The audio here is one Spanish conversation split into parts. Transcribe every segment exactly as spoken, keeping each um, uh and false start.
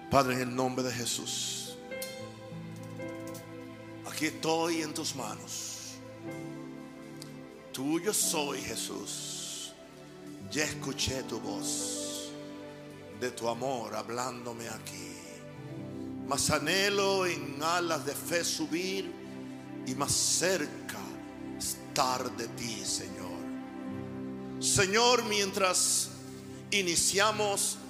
Padre, en el nombre de Jesús, aquí estoy en tus manos. Tuyo soy, Jesús. Ya escuché tu voz de tu amor hablándome aquí. Más anhelo en alas de fe subir y más cerca estar de ti, Señor. Señor, mientras iniciamos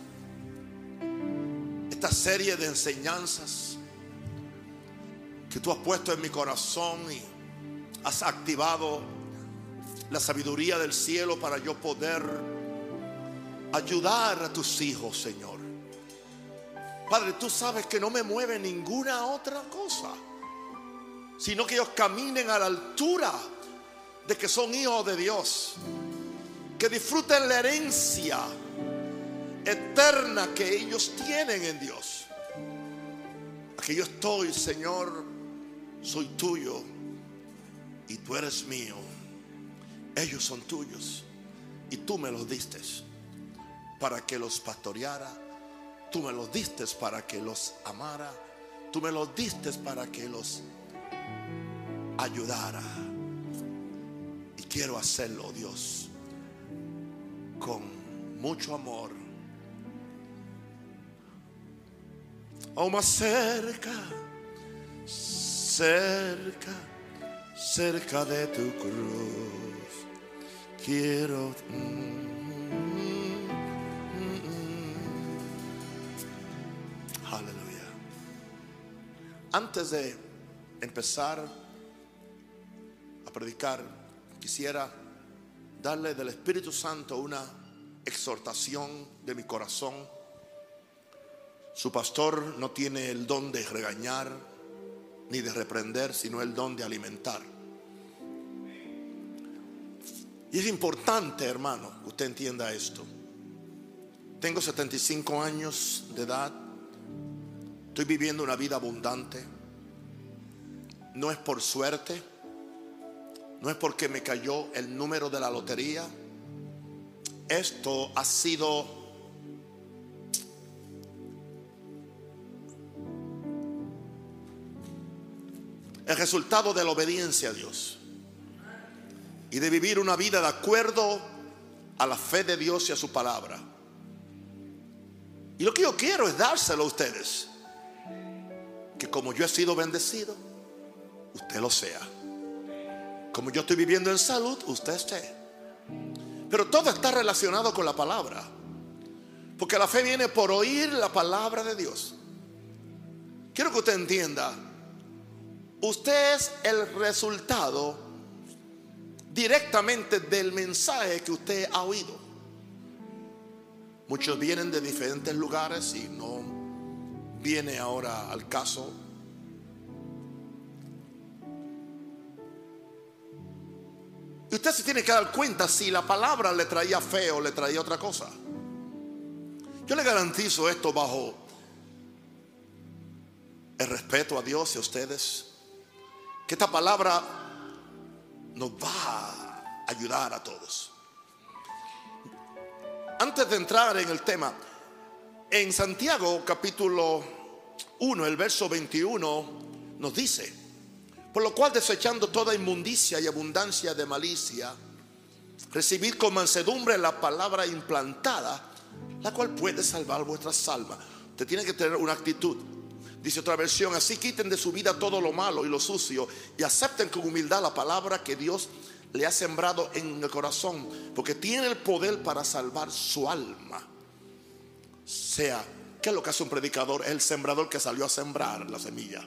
esta serie de enseñanzas que tú has puesto en mi corazón y has activado la sabiduría del cielo para yo poder ayudar a tus hijos, Señor. Padre, tú sabes que no me mueve ninguna otra cosa, sino que ellos caminen a la altura de que son hijos de Dios, que disfruten la herencia eterna que ellos tienen en Dios. Aquí yo estoy, Señor, soy tuyo y tú eres mío. Ellos son tuyos y tú me los diste para que los pastoreara. Tú me los diste para que los amara. Tú me los diste para que los ayudara. Y quiero hacerlo, Dios, con mucho amor. Oh, más cerca, cerca, cerca de tu cruz. Quiero mm, aleluya. Antes de empezar a predicar, quisiera darle del Espíritu Santo una exhortación de mi corazón. Su pastor no tiene el don de regañar ni de reprender, sino el don de alimentar. Y es importante, hermano, que usted entienda esto. Tengo setenta y cinco años de edad. Estoy viviendo una vida abundante. No es por suerte. No es porque me cayó el número de la lotería. Esto ha sido el resultado de la obediencia a Dios y de vivir una vida de acuerdo a la fe de Dios y a su palabra. Y lo que yo quiero es dárselo a ustedes, que como yo he sido bendecido, usted lo sea. Como yo estoy viviendo en salud, usted esté. Pero todo está relacionado con la palabra, porque la fe viene por oír la palabra de Dios. Quiero que usted entienda, usted es el resultado directamente del mensaje que usted ha oído. Muchos vienen de diferentes lugares y no viene ahora al caso. Y usted se tiene que dar cuenta si la palabra le traía fe o le traía otra cosa. Yo le garantizo esto bajo el respeto a Dios y a ustedes, que esta palabra nos va a ayudar a todos. Antes de entrar en el tema, en Santiago capítulo uno, el verso veintiuno nos dice: por lo cual, desechando toda inmundicia y abundancia de malicia, recibid con mansedumbre la palabra implantada, la cual puede salvar vuestras almas. Usted tiene que tener una actitud. Dice otra versión: así quiten de su vida todo lo malo y lo sucio y acepten con humildad la palabra que Dios le ha sembrado en el corazón, porque tiene el poder para salvar su alma. O sea, ¿qué es lo que hace un predicador? Es el sembrador que salió a sembrar la semilla.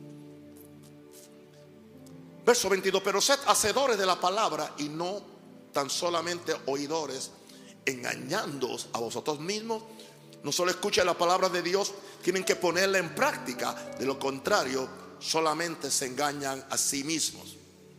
Verso veintidós: pero sed hacedores de la palabra y no tan solamente oidores, engañándoos a vosotros mismos. No solo escuchen la palabra de Dios, tienen que ponerla en práctica. De lo contrario, solamente se engañan a sí mismos.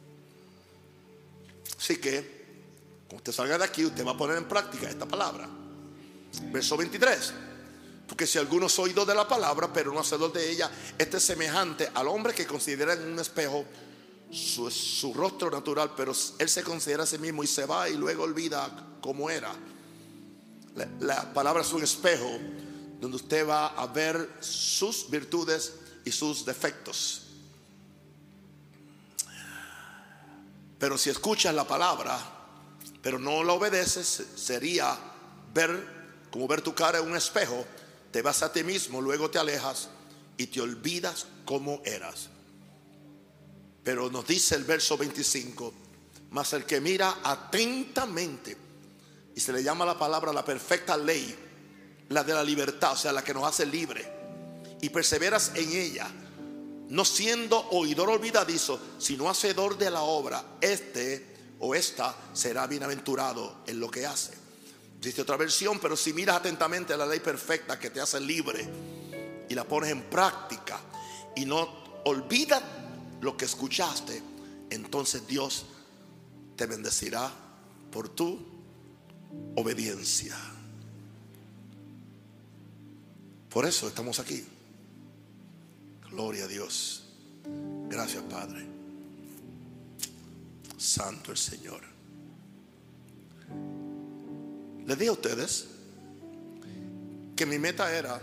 Así que, cuando usted salga de aquí, usted va a poner en práctica esta palabra. Verso veintitrés: porque si alguno es oidor de la palabra, pero no hacedor de ella, este es semejante al hombre que considera en un espejo su, su rostro natural, pero él se considera a sí mismo y se va y luego olvida cómo era. La, la palabra es un espejo donde usted va a ver sus virtudes y sus defectos. Pero si escuchas la palabra, pero no la obedeces, sería ver, como ver tu cara en un espejo. Te vas a ti mismo, luego te alejas y te olvidas cómo eras. Pero nos dice el verso veinticinco: mas el que mira atentamente, y se le llama la palabra la perfecta ley, la de la libertad, o sea, la que nos hace libre, y perseveras en ella, no siendo oidor olvidadizo, sino hacedor de la obra, este o esta será bienaventurado en lo que hace. Dice otra versión: pero si miras atentamente a la ley perfecta que te hace libre y la pones en práctica y no olvidas lo que escuchaste, entonces Dios te bendecirá por tu obediencia. Por eso estamos aquí. Gloria a Dios. Gracias, Padre. Santo el Señor. Les dije a ustedes que mi meta era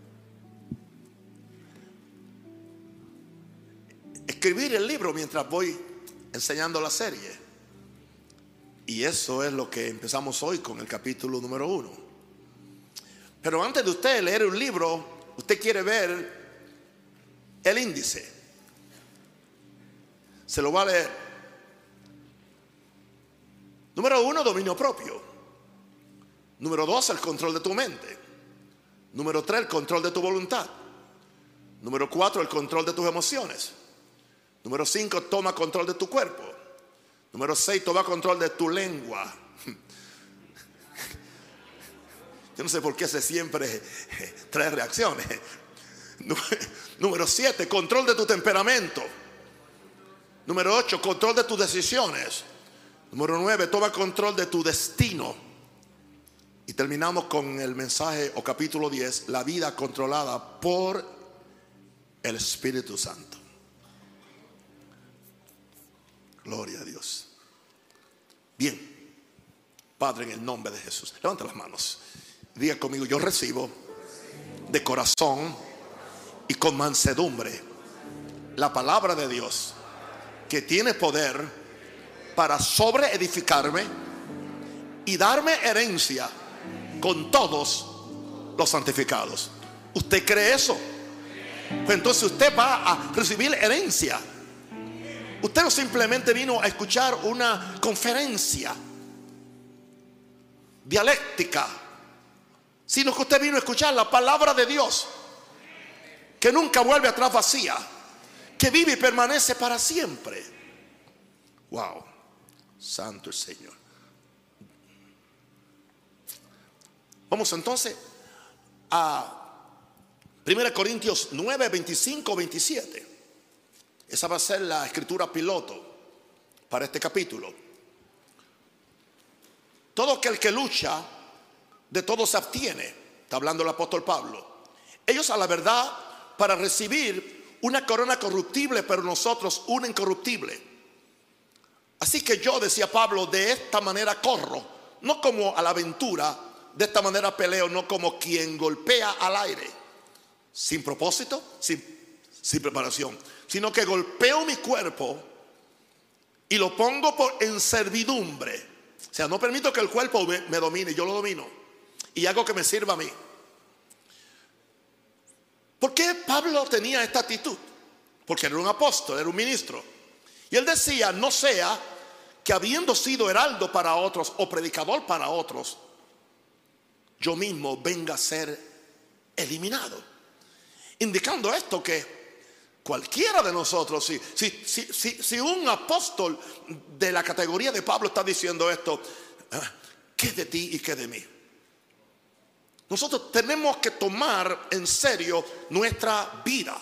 escribir el libro mientras voy enseñando la serie. Y eso es lo que empezamos hoy con el capítulo número uno. Pero antes de usted leer un libro, usted quiere ver el índice. Se lo va a leer. Número uno, dominio propio. Número dos, el control de tu mente. Número tres, el control de tu voluntad. Número cuatro, el control de tus emociones. Número cinco, toma control de tu cuerpo. Número seis, toma control de tu lengua. Yo no sé por qué se siempre trae reacciones. Número siete, control de tu temperamento. Número ocho, control de tus decisiones. Número nueve, toma control de tu destino. Y terminamos con el mensaje o capítulo diez, la vida controlada por el Espíritu Santo. Gloria a Dios. Bien, Padre, en el nombre de Jesús, levanta las manos. Diga conmigo: yo recibo de corazón y con mansedumbre la palabra de Dios, que tiene poder para sobreedificarme y darme herencia con todos los santificados. ¿Usted cree eso? Pues entonces usted va a recibir herencia. Usted no simplemente vino a escuchar una conferencia dialéctica, sino que usted vino a escuchar la palabra de Dios, que nunca vuelve atrás vacía, que vive y permanece para siempre. Wow, santo el Señor. Vamos entonces a primera Corintios nueve, veinticinco, veintisiete. Esa va a ser la escritura piloto para este capítulo. Todo aquel que lucha, de todo se abstiene. Está hablando el apóstol Pablo. Ellos a la verdad para recibir una corona corruptible, pero nosotros una incorruptible. Así que yo, decía Pablo, de esta manera corro, no como a la aventura, de esta manera peleo, no como quien golpea al aire, sin propósito, sin, sin preparación, sino que golpeo mi cuerpo y lo pongo por, en servidumbre. O sea, no permito que el cuerpo me, me domine, yo lo domino y hago que me sirva a mí. ¿Por qué Pablo tenía esta actitud? Porque era un apóstol, era un ministro. Y él decía: no sea que habiendo sido heraldo para otros o predicador para otros, yo mismo venga a ser eliminado. Indicando esto que cualquiera de nosotros, si, si, si, si, si un apóstol de la categoría de Pablo está diciendo esto, ¿qué de ti y qué de mí? Nosotros tenemos que tomar en serio nuestra vida.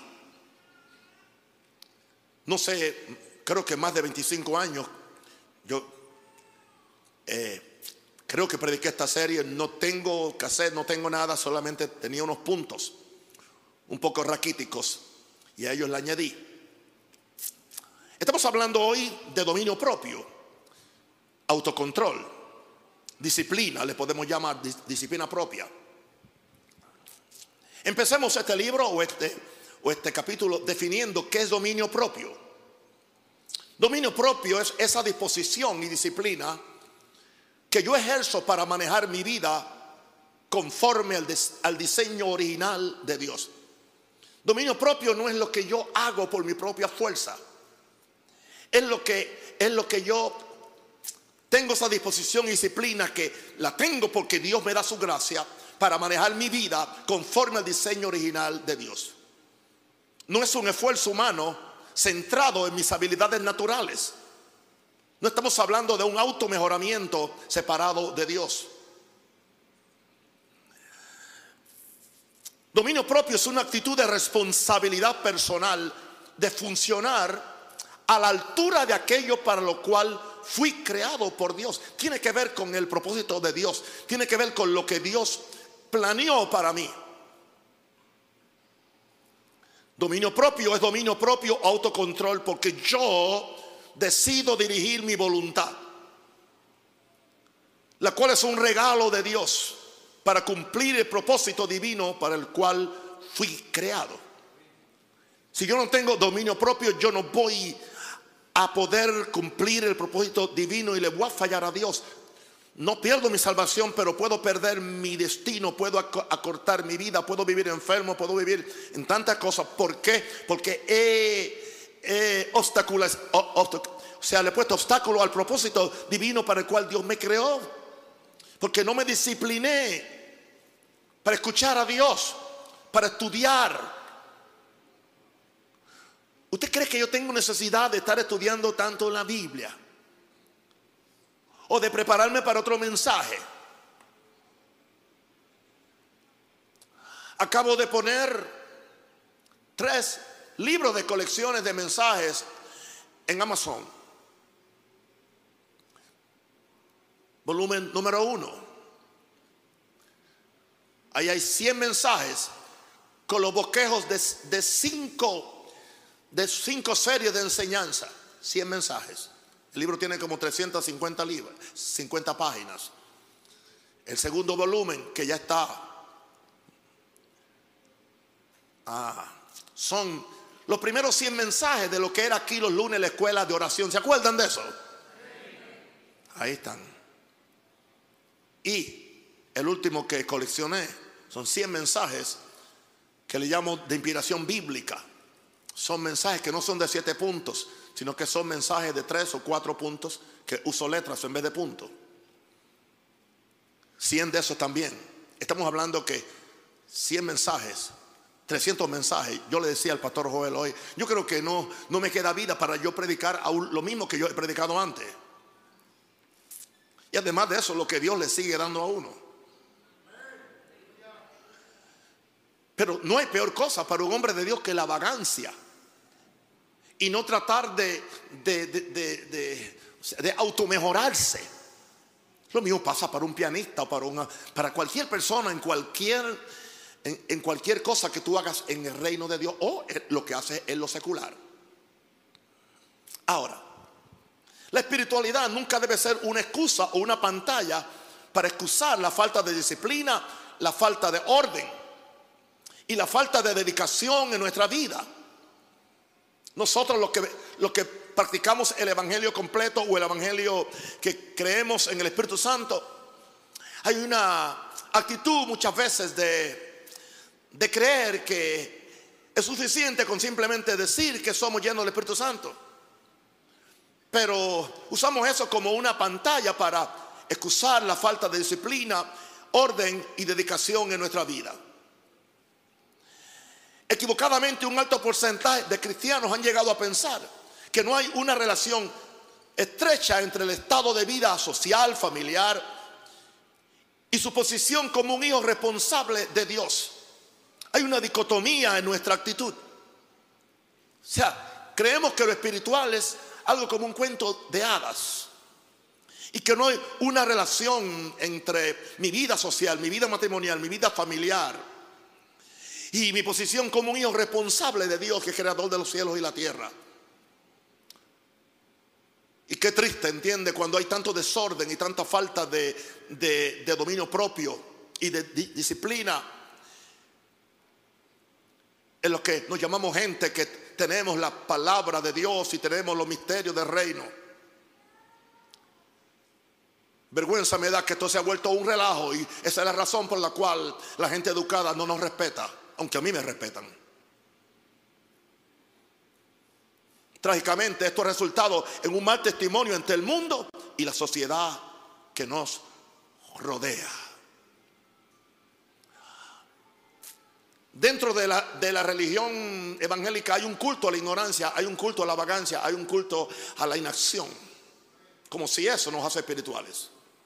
No sé, creo que más de veinticinco años yo eh, creo que prediqué esta serie. No tengo cassette, no tengo nada, solamente tenía unos puntos un poco raquíticos y a ellos le añadí. Estamos hablando hoy de dominio propio, autocontrol, disciplina, le podemos llamar dis- disciplina propia. Empecemos este libro o este, o este capítulo definiendo qué es dominio propio. Dominio propio es esa disposición y disciplina que yo ejerzo para manejar mi vida conforme al, des, al diseño original de Dios. Dominio propio no es lo que yo hago por mi propia fuerza. Es lo que, es lo que yo tengo, esa disposición y disciplina que la tengo porque Dios me da su gracia para manejar mi vida conforme al diseño original de Dios. No es un esfuerzo humano centrado en mis habilidades naturales. No estamos hablando de un automejoramiento separado de Dios. Dominio propio es una actitud de responsabilidad personal, de funcionar a la altura de aquello para lo cual fui creado por Dios. Tiene que ver con el propósito de Dios. Tiene que ver con lo que Dios planeó para mí. Dominio propio es dominio propio, autocontrol, porque yo decido dirigir mi voluntad, la cual es un regalo de Dios para cumplir el propósito divino para el cual fui creado. Si yo no tengo dominio propio, yo no voy a poder cumplir el propósito divino y le voy a fallar a Dios. No pierdo mi salvación, pero puedo perder mi destino, puedo acortar mi vida, puedo vivir enfermo, puedo vivir en tantas cosas. ¿Por qué? Porque he, he obstáculos, o sea, le he puesto obstáculo al propósito divino para el cual Dios me creó. Porque no me discipliné para escuchar a Dios, para estudiar. ¿Usted cree que yo tengo necesidad de estar estudiando tanto la Biblia? ¿O de prepararme para otro mensaje? Acabo de poner tres libros de colecciones de mensajes en Amazon. Volumen número uno. Ahí hay cien mensajes con los bosquejos de, de, cinco, de cinco series de enseñanza. cien mensajes. El libro tiene como trescientas cincuenta libros, cincuenta páginas. El segundo volumen, que ya está, ah, son los primeros cien mensajes de lo que era aquí los lunes la escuela de oración. ¿Se acuerdan de eso? Ahí están. Y el último que coleccioné son cien mensajes que le llamo de inspiración bíblica. Son mensajes que no son de siete puntos, sino que son mensajes de tres o cuatro puntos, que uso letras en vez de puntos. cien de esos también. Estamos hablando que cien mensajes, trescientos mensajes. Yo le decía al pastor Joel hoy, yo creo que no, no me queda vida para yo predicar aún lo mismo que yo he predicado antes. Y además de eso, lo que Dios le sigue dando a uno. Pero no hay peor cosa para un hombre de Dios que la vagancia y no tratar de, de, de, de, de, de automejorarse. Lo mismo pasa para un pianista o para, una, para cualquier persona en cualquier, en, en cualquier cosa que tú hagas en el reino de Dios o lo que haces en lo secular. Ahora, la espiritualidad nunca debe ser una excusa o una pantalla para excusar la falta de disciplina, la falta de orden y la falta de dedicación en nuestra vida. Nosotros los que, los que practicamos el evangelio completo o el evangelio que creemos en el Espíritu Santo, hay una actitud muchas veces de, de creer que es suficiente con simplemente decir que somos llenos del Espíritu Santo. Pero usamos eso como una pantalla para excusar la falta de disciplina, orden y dedicación en nuestra vida. Equivocadamente, un alto porcentaje de cristianos han llegado a pensar que no hay una relación estrecha entre el estado de vida social, familiar y su posición como un hijo responsable de Dios. Hay una dicotomía en nuestra actitud. O sea, creemos que lo espiritual es algo como un cuento de hadas y que no hay una relación entre mi vida social, mi vida matrimonial, mi vida familiar y mi posición como un hijo responsable de Dios, que es creador de los cielos y la tierra. Y qué triste, entiende, cuando hay tanto desorden y tanta falta de, de, de dominio propio y de di, disciplina en los que nos llamamos gente que tenemos la palabra de Dios y tenemos los misterios del reino. Vergüenza me da que esto se ha vuelto un relajo, y esa es la razón por la cual la gente educada no nos respeta, aunque a mí me respetan. Trágicamente, esto ha resultado en un mal testimonio entre el mundo y la sociedad que nos rodea. Dentro de la, de la religión evangélica hay un culto a la ignorancia, hay un culto a la vagancia, hay un culto a la inacción, como si eso nos hace espirituales.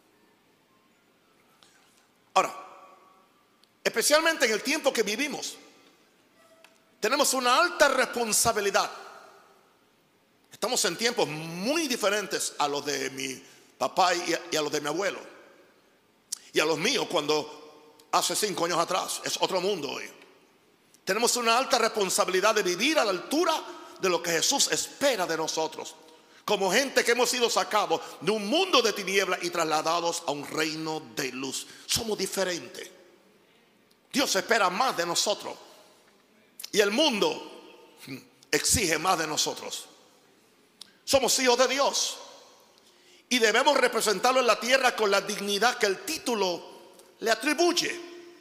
Ahora, especialmente en el tiempo que vivimos, tenemos una alta responsabilidad. Estamos en tiempos muy diferentes a los de mi papá y a, y a los de mi abuelo, y a los míos cuando hace cinco años atrás. Es otro mundo hoy. Tenemos una alta responsabilidad de vivir a la altura de lo que Jesús espera de nosotros, como gente que hemos sido sacados de un mundo de tinieblas y trasladados a un reino de luz. Somos diferentes. Dios espera más de nosotros, y el mundo exige más de nosotros. Somos hijos de Dios y debemos representarlo en la tierra con la dignidad que el título le atribuye.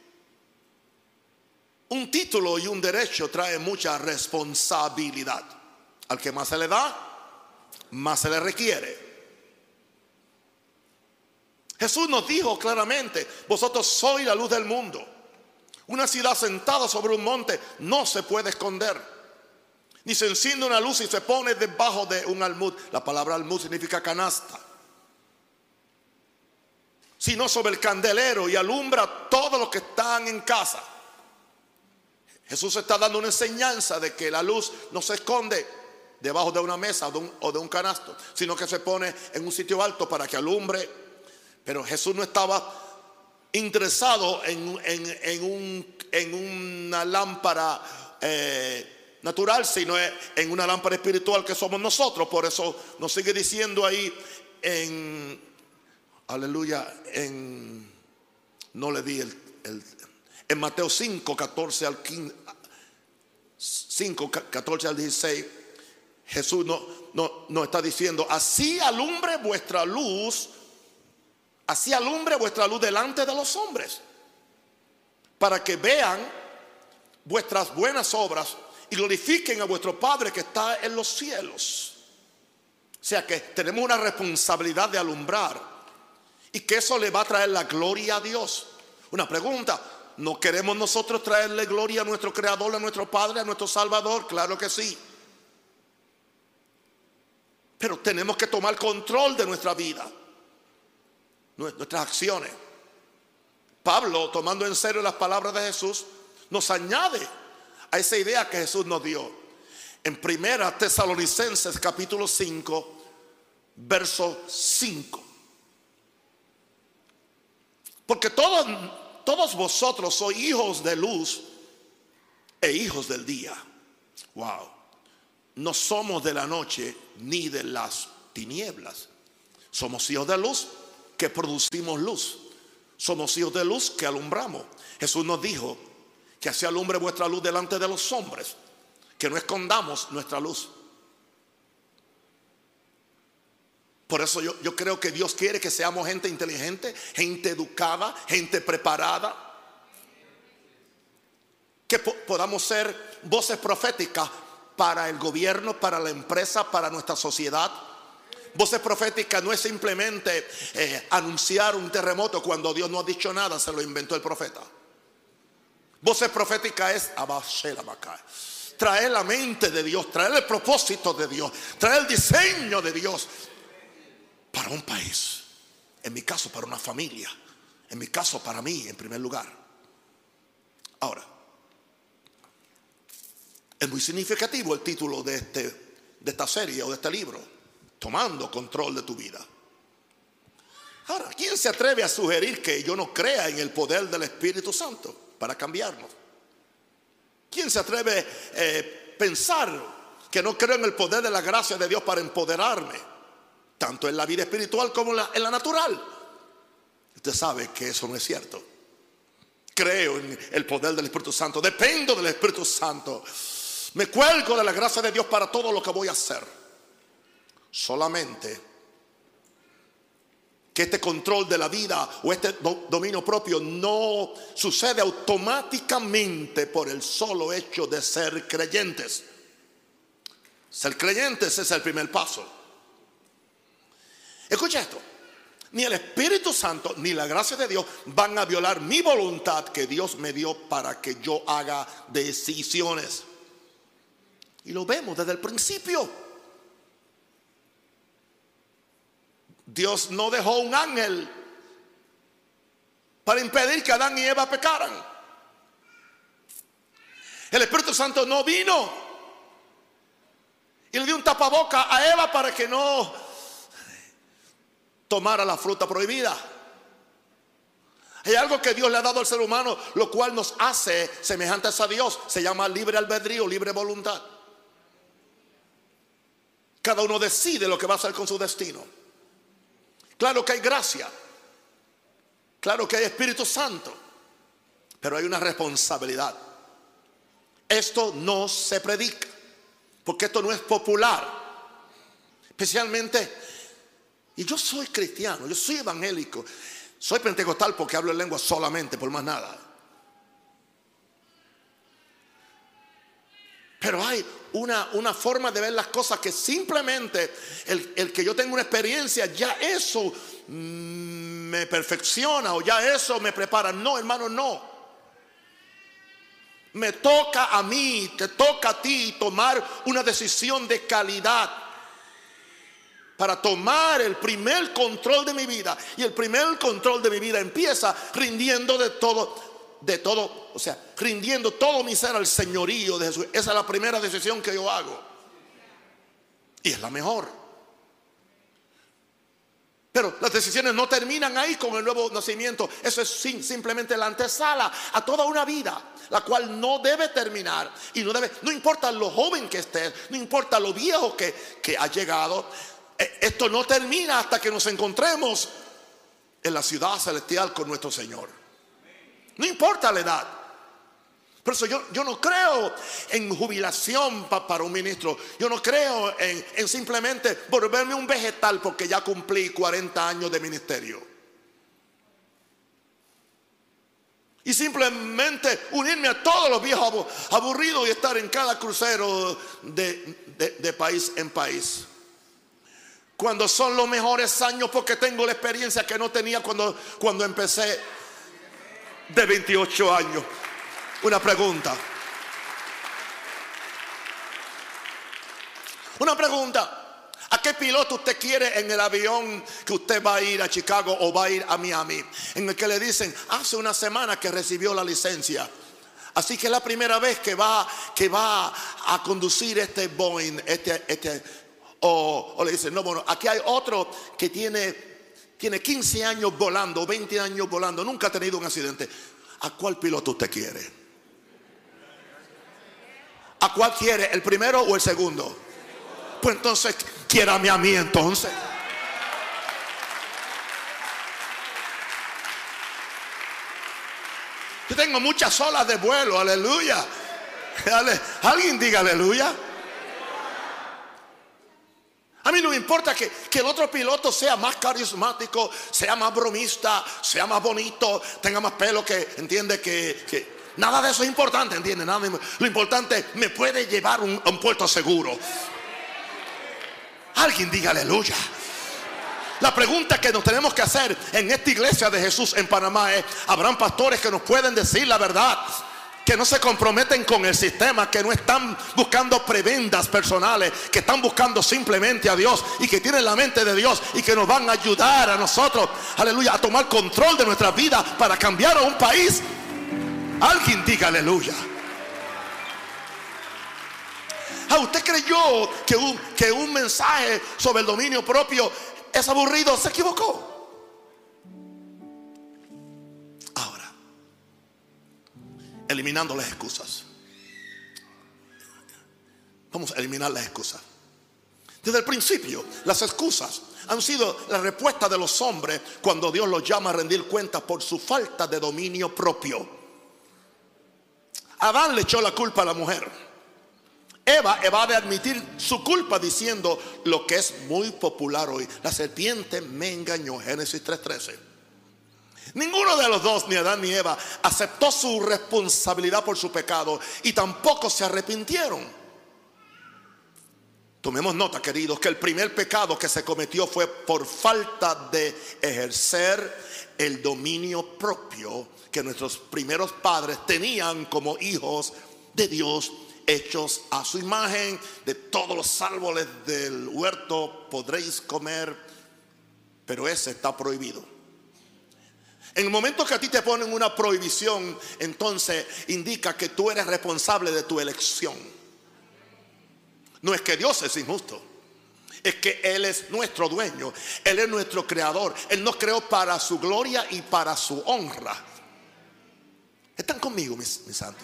Un título y un derecho trae mucha responsabilidad. Al que más se le da, más se le requiere. Jesús nos dijo claramente: vosotros sois la luz del mundo. Una ciudad sentada sobre un monte no se puede esconder, ni se enciende una luz y se pone debajo de un almud. La palabra almud significa canasta. Sino sobre el candelero, y alumbra a todos los que están en casa. Jesús está dando una enseñanza de que la luz no se esconde debajo de una mesa o de un, o de un canasto, sino que se pone en un sitio alto para que alumbre. Pero Jesús no estaba interesado en, en, en, un, en una lámpara eh, natural, sino en una lámpara espiritual que somos nosotros. Por eso nos sigue diciendo ahí en, aleluya, en, no le di el, el en Mateo cinco, catorce al quince, cinco, catorce al dieciséis, Jesús nos no, no está diciendo: así alumbre vuestra luz, así alumbre vuestra luz delante de los hombres, para que vean vuestras buenas obras y glorifiquen a vuestro Padre que está en los cielos. O sea que tenemos una responsabilidad de alumbrar, y que eso le va a traer la gloria a Dios. Una pregunta: ¿no queremos nosotros traerle gloria a nuestro Creador, a nuestro Padre, a nuestro Salvador? Claro que sí. Pero tenemos que tomar control de nuestra vida, nuestras acciones. Pablo, tomando en serio las palabras de Jesús, nos añade a esa idea que Jesús nos dio en Primera Tesalonicenses capítulo cinco, verso cinco. Porque todos, todos vosotros sois hijos de luz e hijos del día. Wow. No somos de la noche ni de las tinieblas. Somos hijos de luz que producimos luz. Somos hijos de luz que alumbramos. Jesús nos dijo que así alumbre vuestra luz delante de los hombres, que no escondamos nuestra luz. Por eso yo, yo creo que Dios quiere que seamos gente inteligente, gente educada, gente preparada, que po- podamos ser voces proféticas para el gobierno, para la empresa, para nuestra sociedad. Voces proféticas no es simplemente eh, anunciar un terremoto cuando Dios no ha dicho nada, se lo inventó el profeta. Voces proféticas es traer la mente de Dios, traer el propósito de Dios, traer el diseño de Dios para un país, en mi caso para una familia, en mi caso para mí en primer lugar. Ahora, es muy significativo el título de, este, de esta serie o de este libro: tomando control de tu vida. Ahora, ¿quién se atreve a sugerir que yo no crea en el poder del Espíritu Santo para cambiarnos? ¿Quién se atreve a eh, pensar que no creo en el poder de la gracia de Dios para empoderarme, tanto en la vida espiritual como en la, en la natural? Usted sabe que eso no es cierto. Creo en el poder del Espíritu Santo. Dependo del Espíritu Santo. Me cuelgo de la gracia de Dios para todo lo que voy a hacer. Solamente que este control de la vida o este dominio propio no sucede automáticamente por el solo hecho de ser creyentes. Ser creyentes es el primer paso. Escucha esto. Ni el Espíritu Santo ni la gracia de Dios van a violar mi voluntad que Dios me dio para que yo haga decisiones. Y lo vemos desde el principio. Dios no dejó un ángel para impedir que Adán y Eva pecaran. El Espíritu Santo no vino y le dio un tapaboca a Eva para que no tomara la fruta prohibida. Hay algo que Dios le ha dado al ser humano, lo cual nos hace semejantes a Dios. Se llama libre albedrío, libre voluntad. Cada uno decide lo que va a hacer con su destino. Claro que hay gracia, claro que hay Espíritu Santo, pero hay una responsabilidad. Esto no se predica, porque esto no es popular. Especialmente, y yo soy cristiano, yo soy evangélico, soy pentecostal porque hablo en lengua solamente, por más nada. Pero hay una, una forma de ver las cosas que simplemente el, el que yo tenga una experiencia, ya eso mm, me perfecciona o ya eso me prepara. No, hermano, no. Me toca a mí, te toca a ti tomar una decisión de calidad para tomar el primer control de mi vida. Y el primer control de mi vida empieza rindiendo de todo. De todo, o sea, rindiendo todo mi ser al señorío de Jesús. Esa es la primera decisión que yo hago. Y es la mejor. Pero las decisiones no terminan ahí con el nuevo nacimiento. Eso es sim, simplemente la antesala a toda una vida, la cual no debe terminar. Y no debe, no importa lo joven que estés, no importa lo viejo que, que ha llegado. Esto no termina hasta que nos encontremos en la ciudad celestial con nuestro Señor. No importa la edad. Por eso yo, yo no creo en jubilación pa, para un ministro. Yo no creo en, en simplemente volverme un vegetal porque ya cumplí cuarenta años de ministerio. Y simplemente unirme a todos los viejos aburridos y estar en cada crucero de, de, de país en país. Cuando son los mejores años, porque tengo la experiencia que no tenía cuando, cuando empecé de veintiocho años. Una pregunta. Una pregunta. ¿A qué piloto usted quiere en el avión que usted va a ir a Chicago o va a ir a Miami? En el que le dicen, hace una semana que recibió la licencia, así que es la primera vez que va, que va a conducir este Boeing, este, este, o, o le dicen, no, bueno, aquí hay otro que tiene Tiene quince años volando, veinte años volando, nunca ha tenido un accidente. ¿A cuál piloto usted quiere? ¿A cuál quiere? ¿El primero o el segundo? Pues entonces, quiérame a mí entonces. Yo tengo muchas olas de vuelo, aleluya. Alguien diga aleluya. A mí no me importa que, que el otro piloto sea más carismático, sea más bromista, sea más bonito, tenga más pelo, que entiende que, que nada de eso es importante, entiende. Nada, lo importante es me puede llevar un, a un puerto seguro. Alguien diga aleluya. La pregunta que nos tenemos que hacer en esta iglesia de Jesús en Panamá es: ¿habrán pastores que nos pueden decir la verdad? Que no se comprometen con el sistema, que no están buscando prebendas personales, que están buscando simplemente a Dios y que tienen la mente de Dios y que nos van a ayudar a nosotros, aleluya, a tomar control de nuestra vida para cambiar a un país. Alguien diga aleluya. Ah, ¿usted creyó que un, que un mensaje sobre el dominio propio es aburrido? Se equivocó. Eliminando las excusas. Vamos a eliminar las excusas. Desde el principio, las excusas han sido la respuesta de los hombres cuando Dios los llama a rendir cuentas por su falta de dominio propio. Adán le echó la culpa a la mujer. Eva va de admitir su culpa diciendo lo que es muy popular hoy: la serpiente me engañó. Génesis tres trece. Ninguno de los dos, ni Adán ni Eva, aceptó su responsabilidad por su pecado y tampoco se arrepintieron. Tomemos nota, queridos, que el primer pecado que se cometió fue por falta de ejercer el dominio propio que nuestros primeros padres tenían como hijos de Dios, hechos a su imagen. De todos los árboles del huerto podréis comer, pero ese está prohibido. En el momento que a ti te ponen una prohibición, entonces indica que tú eres responsable de tu elección. No es que Dios es injusto, es que Él es nuestro dueño, Él es nuestro creador. Él nos creó para su gloria y para su honra. ¿Están conmigo, mis, mis santos?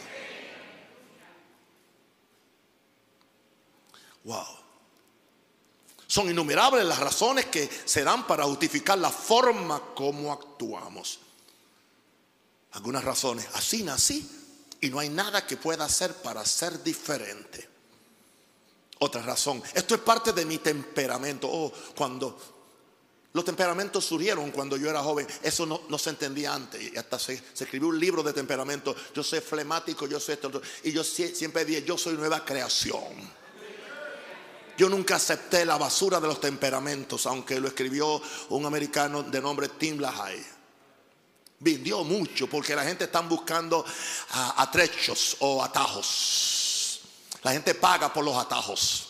Wow. Son innumerables las razones que se dan para justificar la forma como actuamos. Algunas razones: así nací y no hay nada que pueda hacer para ser diferente. Otra razón: esto es parte de mi temperamento. Oh, cuando los temperamentos surgieron cuando yo era joven, eso no, no se entendía antes. Y hasta se, se escribió un libro de temperamento. Yo soy flemático, yo soy esto. Y yo siempre dije: yo soy nueva creación. Yo nunca acepté la basura de los temperamentos, aunque lo escribió un americano de nombre Tim LaHaye. Vendió mucho porque la gente está buscando uh, atrechos o atajos. La gente paga por los atajos,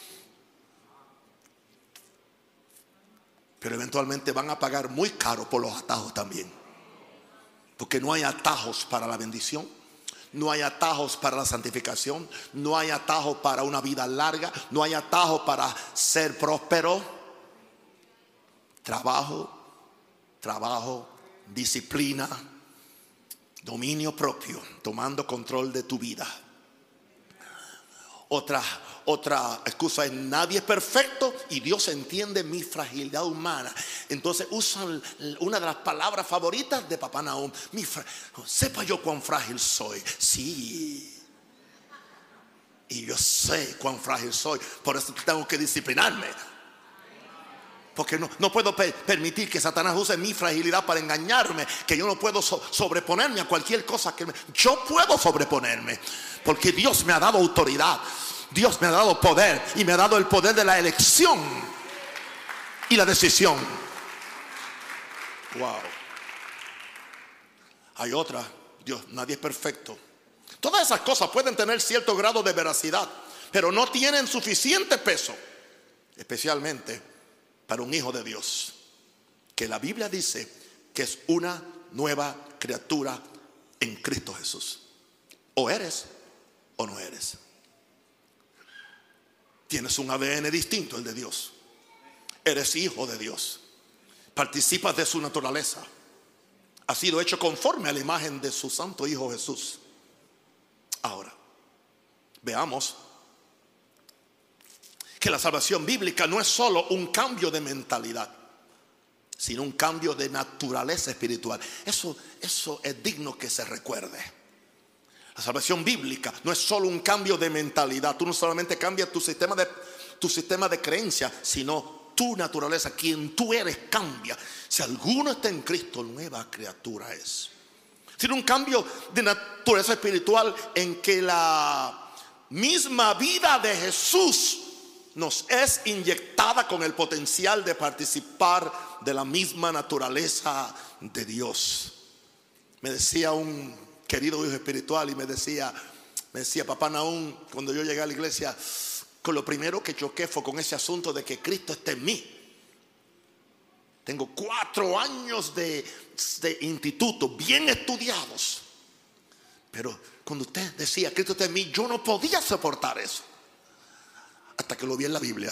pero eventualmente van a pagar muy caro por los atajos también. Porque no hay atajos para la bendición, no hay atajos para la santificación, no hay atajos para una vida larga, no hay atajos para ser próspero. Trabajo, trabajo, disciplina, dominio propio, tomando control de tu vida. Otra, otra excusa es: nadie es perfecto y Dios entiende mi fragilidad humana. Entonces usan una de las palabras favoritas de Papá Nahum: mi fra- sepa yo cuán frágil soy. Sí, y yo sé cuán frágil soy, por eso tengo que disciplinarme. Porque no, no puedo per- permitir que Satanás use mi fragilidad para engañarme. Que yo no puedo so- sobreponerme a cualquier cosa que me... Yo puedo sobreponerme porque Dios me ha dado autoridad, Dios me ha dado poder, y me ha dado el poder de la elección y la decisión. Wow. Hay otra: Dios, nadie es perfecto. Todas esas cosas pueden tener cierto grado de veracidad, pero no tienen suficiente peso, especialmente para un hijo de Dios, que la Biblia dice que es una nueva criatura en Cristo Jesús. O eres o no eres. Tienes un A D N distinto al de Dios. Eres hijo de Dios. Participas de su naturaleza. Has sido hecho conforme a la imagen de su santo Hijo Jesús. Ahora, veamos que la salvación bíblica no es solo un cambio de mentalidad, sino un cambio de naturaleza espiritual. Eso, eso es digno que se recuerde. La salvación bíblica no es solo un cambio de mentalidad. Tú no solamente cambias tu sistema de, tu sistema de creencia, sino tu naturaleza. Quien tú eres cambia. Si alguno está en Cristo, nueva criatura es. Sino un cambio de naturaleza espiritual en que la misma vida de Jesús nos es inyectada con el potencial de participar de la misma naturaleza de Dios. Me decía un querido hijo espiritual y me decía, me decía Papá Nahum, cuando yo llegué a la iglesia, con lo primero que choqué fue con ese asunto de que Cristo está en mí. Tengo cuatro años de, de instituto bien estudiados, pero cuando usted decía Cristo está en mí, yo no podía soportar eso. Hasta que lo vi en la Biblia.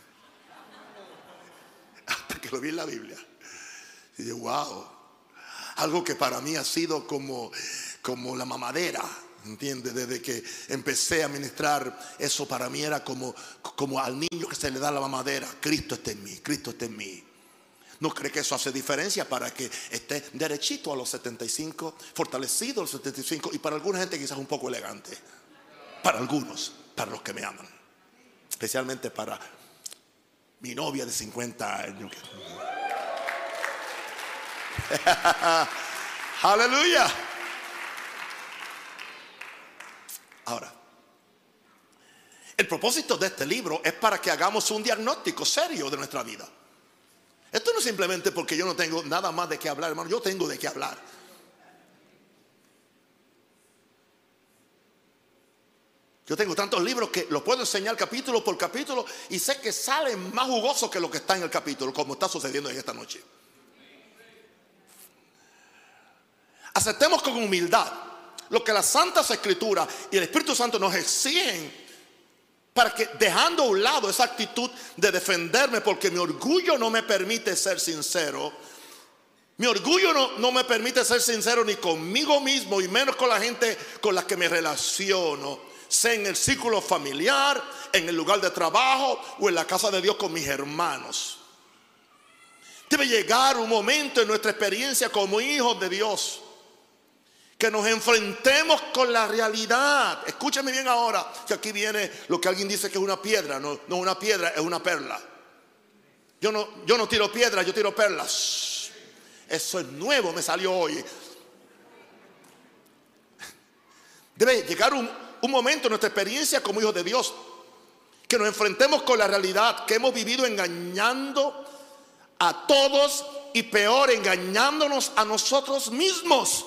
Hasta que lo vi en la Biblia. Y dije, wow. Algo que para mí ha sido como, como la mamadera, ¿entiendes? Desde que empecé a ministrar, eso para mí era como, como al niño que se le da la mamadera. Cristo está en mí, Cristo está en mí. ¿No cree que eso hace diferencia para que esté derechito a los setenta y cinco, fortalecido a los setenta y cinco, y para alguna gente quizás un poco elegante? Para algunos, para los que me aman, especialmente para mi novia de cincuenta años. Aleluya. Ahora, el propósito de este libro es para que hagamos un diagnóstico serio de nuestra vida. Esto no es simplemente porque yo no tengo nada más de qué hablar, hermano. Yo tengo de qué hablar. Yo tengo tantos libros que los puedo enseñar capítulo por capítulo y sé que salen más jugosos que lo que está en el capítulo, como está sucediendo en esta noche. Aceptemos con humildad lo que las Santas Escrituras y el Espíritu Santo nos exigen, para que, dejando a un lado esa actitud de defenderme porque mi orgullo no me permite ser sincero. Mi orgullo no, no me permite ser sincero ni conmigo mismo, y menos con la gente con la que me relaciono, sea en el círculo familiar, en el lugar de trabajo o en la casa de Dios con mis hermanos. Debe llegar un momento en nuestra experiencia como hijos de Dios que nos enfrentemos con la realidad. Escúchame bien ahora, que aquí viene lo que alguien dice que es una piedra. No, no es una piedra, es una perla. Yo no, yo no tiro piedras, yo tiro perlas. Eso es nuevo, me salió hoy. Debe llegar un, un momento en nuestra experiencia como hijos de Dios que nos enfrentemos con la realidad, que hemos vivido engañando a todos y peor, engañándonos a nosotros mismos.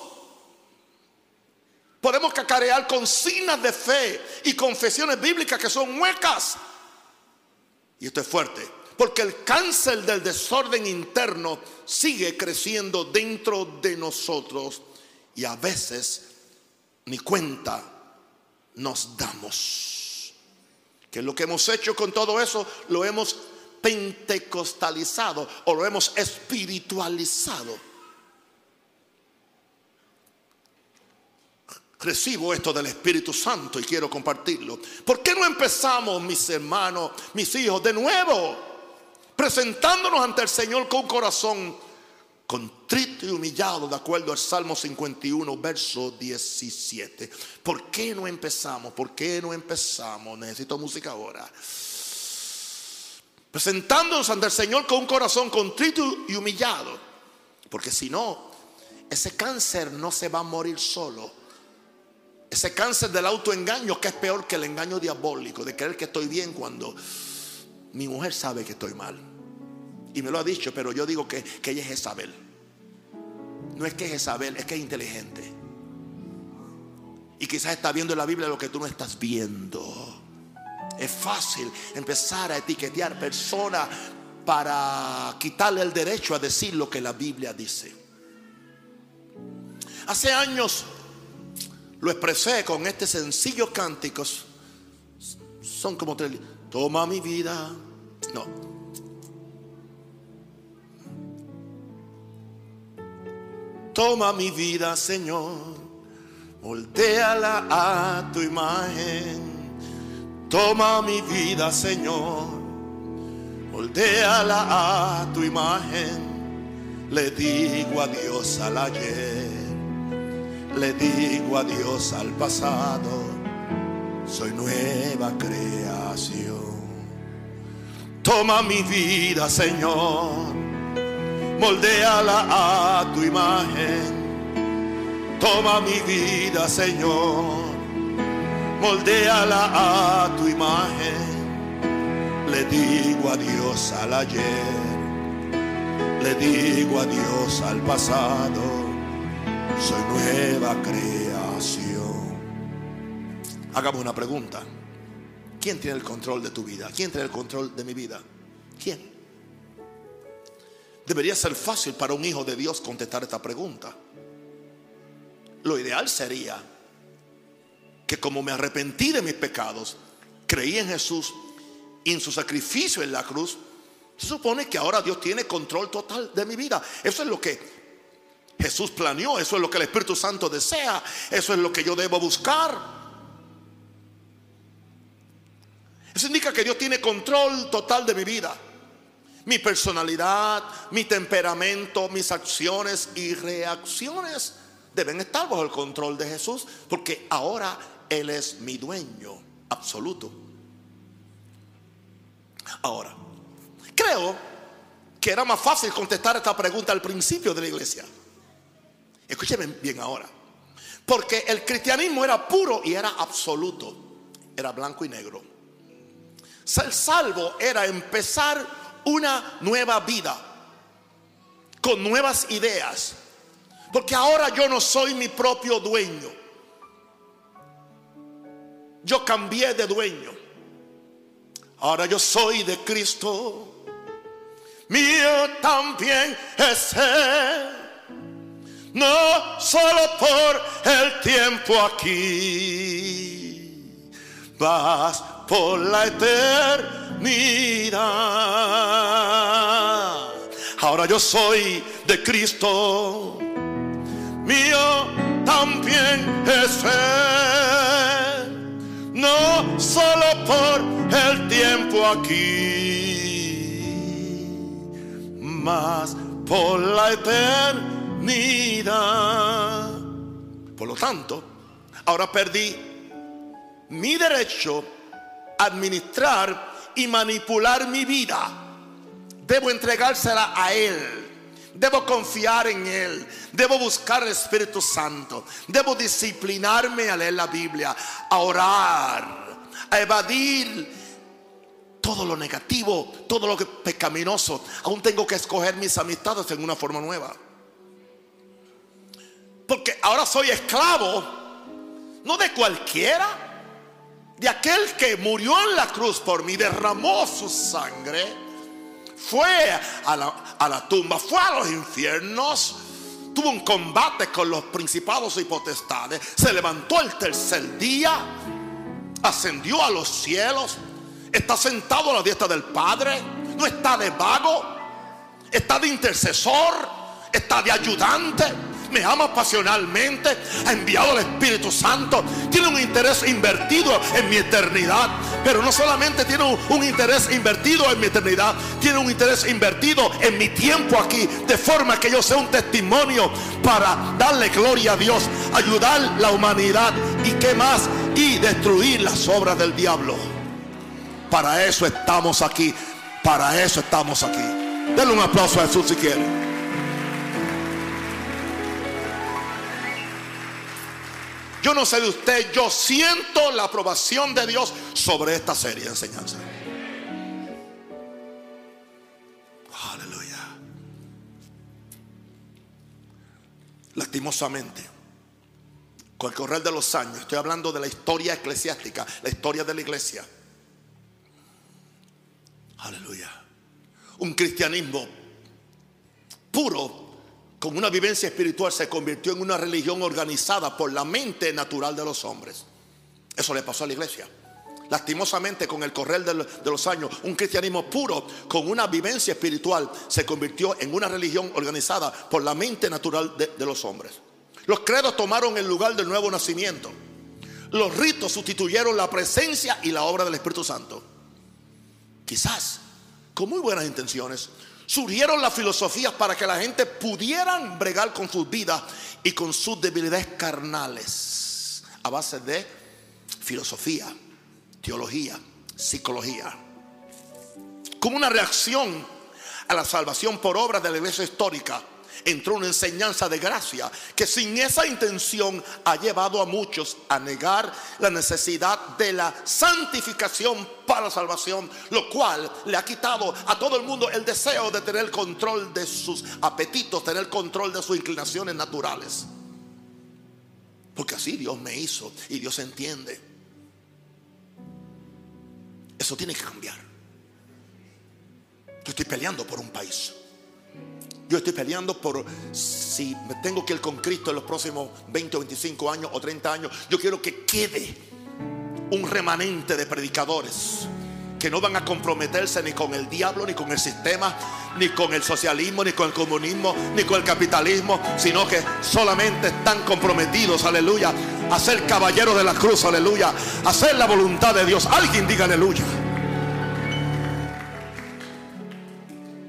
Podemos cacarear consignas de fe y confesiones bíblicas que son huecas. Y esto es fuerte, porque el cáncer del desorden interno sigue creciendo dentro de nosotros y a veces ni cuenta nos damos. Que lo que hemos hecho con todo eso lo hemos pentecostalizado o lo hemos espiritualizado. Recibo esto del Espíritu Santo y quiero compartirlo. ¿Por qué no empezamos, mis hermanos, mis hijos, de nuevo, presentándonos ante el Señor con un corazón contrito y humillado, de acuerdo al Salmo cincuenta y uno, verso diecisiete? ¿Por qué no empezamos? ¿Por qué no empezamos? Necesito música ahora. Presentándonos ante el Señor con un corazón contrito y humillado, porque si no, ese cáncer no se va a morir solo. Ese cáncer del autoengaño, que es peor que el engaño diabólico, de creer que estoy bien cuando mi mujer sabe que estoy mal. Y me lo ha dicho, pero yo digo que, que ella es Jezabel. No es que es Jezabel, es que es inteligente. Y quizás está viendo en la Biblia lo que tú no estás viendo. Es fácil empezar a etiquetar personas para quitarle el derecho a decir lo que la Biblia dice. Hace años lo expresé con este sencillo cántico. Son como tres. Toma mi vida. No. Toma mi vida, Señor. Moldéala a tu imagen. Toma mi vida, Señor. Moldéala a tu imagen. Le digo adiós al ayer. Le digo adiós al pasado, soy nueva creación. Toma mi vida, Señor, moldéala a tu imagen. Toma mi vida, Señor, moldéala a tu imagen. Le digo adiós al ayer, le digo adiós al pasado. Soy nueva creación. Hagamos una pregunta. ¿Quién tiene el control de tu vida? ¿Quién tiene el control de mi vida? ¿Quién? Debería ser fácil para un hijo de Dios contestar esta pregunta. Lo ideal sería que, como me arrepentí de mis pecados, creí en Jesús y en su sacrificio en la cruz, se supone que ahora Dios tiene control total de mi vida. Eso es lo que Jesús planeó, eso es lo que el Espíritu Santo desea, eso es lo que yo debo buscar. Eso indica que Dios tiene control total de mi vida. Mi personalidad, mi temperamento, mis acciones y reacciones deben estar bajo el control de Jesús, porque ahora Él es mi dueño absoluto. Ahora, creo que era más fácil contestar esta pregunta al principio de la iglesia. Escúcheme bien ahora. Porque el cristianismo era puro y era absoluto. Era blanco y negro. Ser salvo era empezar una nueva vida, con nuevas ideas. Porque ahora yo no soy mi propio dueño. Yo cambié de dueño. Ahora yo soy de Cristo. Mío también es Él. No solo por el tiempo aquí, mas por la eternidad. Ahora yo soy de Cristo. Mío también es Él. No solo por el tiempo aquí, mas por la eternidad. Por lo tanto, ahora perdí mi derecho a administrar y manipular mi vida. Debo entregársela a Él. Debo confiar en Él. Debo buscar el Espíritu Santo. Debo disciplinarme a leer la Biblia, a orar, a evadir todo lo negativo, todo lo que es pecaminoso. Aún tengo que escoger mis amistades en una forma nueva. Porque ahora soy esclavo, no de cualquiera, de aquel que murió en la cruz por mí, derramó su sangre, fue a la, a la tumba, fue a los infiernos, tuvo un combate con los principados y potestades, se levantó el tercer día, ascendió a los cielos, está sentado a la diestra del Padre, no está de vago, está de intercesor, está de ayudante. Me ama pasionalmente, ha enviado al Espíritu Santo, tiene un interés invertido en mi eternidad. Pero no solamente tiene un, un interés invertido en mi eternidad, tiene un interés invertido en mi tiempo aquí, de forma que yo sea un testimonio para darle gloria a Dios, ayudar a la humanidad y qué más, y destruir las obras del diablo. Para eso estamos aquí, para eso estamos aquí. Denle un aplauso a Jesús si quiere. Yo no sé de usted, yo siento la aprobación de Dios sobre esta serie de enseñanza. Aleluya. Lastimosamente, con el correr de los años, estoy hablando de la historia eclesiástica, la historia de la iglesia. Aleluya. Un cristianismo puro, con una vivencia espiritual, se convirtió en una religión organizada por la mente natural de los hombres. Eso le pasó a la iglesia. Lastimosamente, con el correr de los años, un cristianismo puro con una vivencia espiritual se convirtió en una religión organizada por la mente natural de, de los hombres. Los credos tomaron el lugar del nuevo nacimiento. Los ritos sustituyeron la presencia y la obra del Espíritu Santo. Quizás con muy buenas intenciones surgieron las filosofías para que la gente pudieran bregar con sus vidas y con sus debilidades carnales, a base de filosofía, teología, psicología. Como una reacción a la salvación por obra de la iglesia histórica, entró una enseñanza de gracia que sin esa intención ha llevado a muchos a negar la necesidad de la santificación para la salvación, lo cual le ha quitado a todo el mundo el deseo de tener control de sus apetitos, tener control de sus inclinaciones naturales. Porque así Dios me hizo y Dios entiende. Eso tiene que cambiar. Yo estoy peleando por un país. Yo estoy peleando por si me tengo que ir con Cristo en los próximos veinte o veinticinco años o treinta años. Yo quiero que quede un remanente de predicadores que no van a comprometerse ni con el diablo, ni con el sistema, ni con el socialismo, ni con el comunismo, ni con el capitalismo, sino que solamente están comprometidos, aleluya, a ser caballeros de la cruz, aleluya, a hacer la voluntad de Dios. Alguien diga aleluya.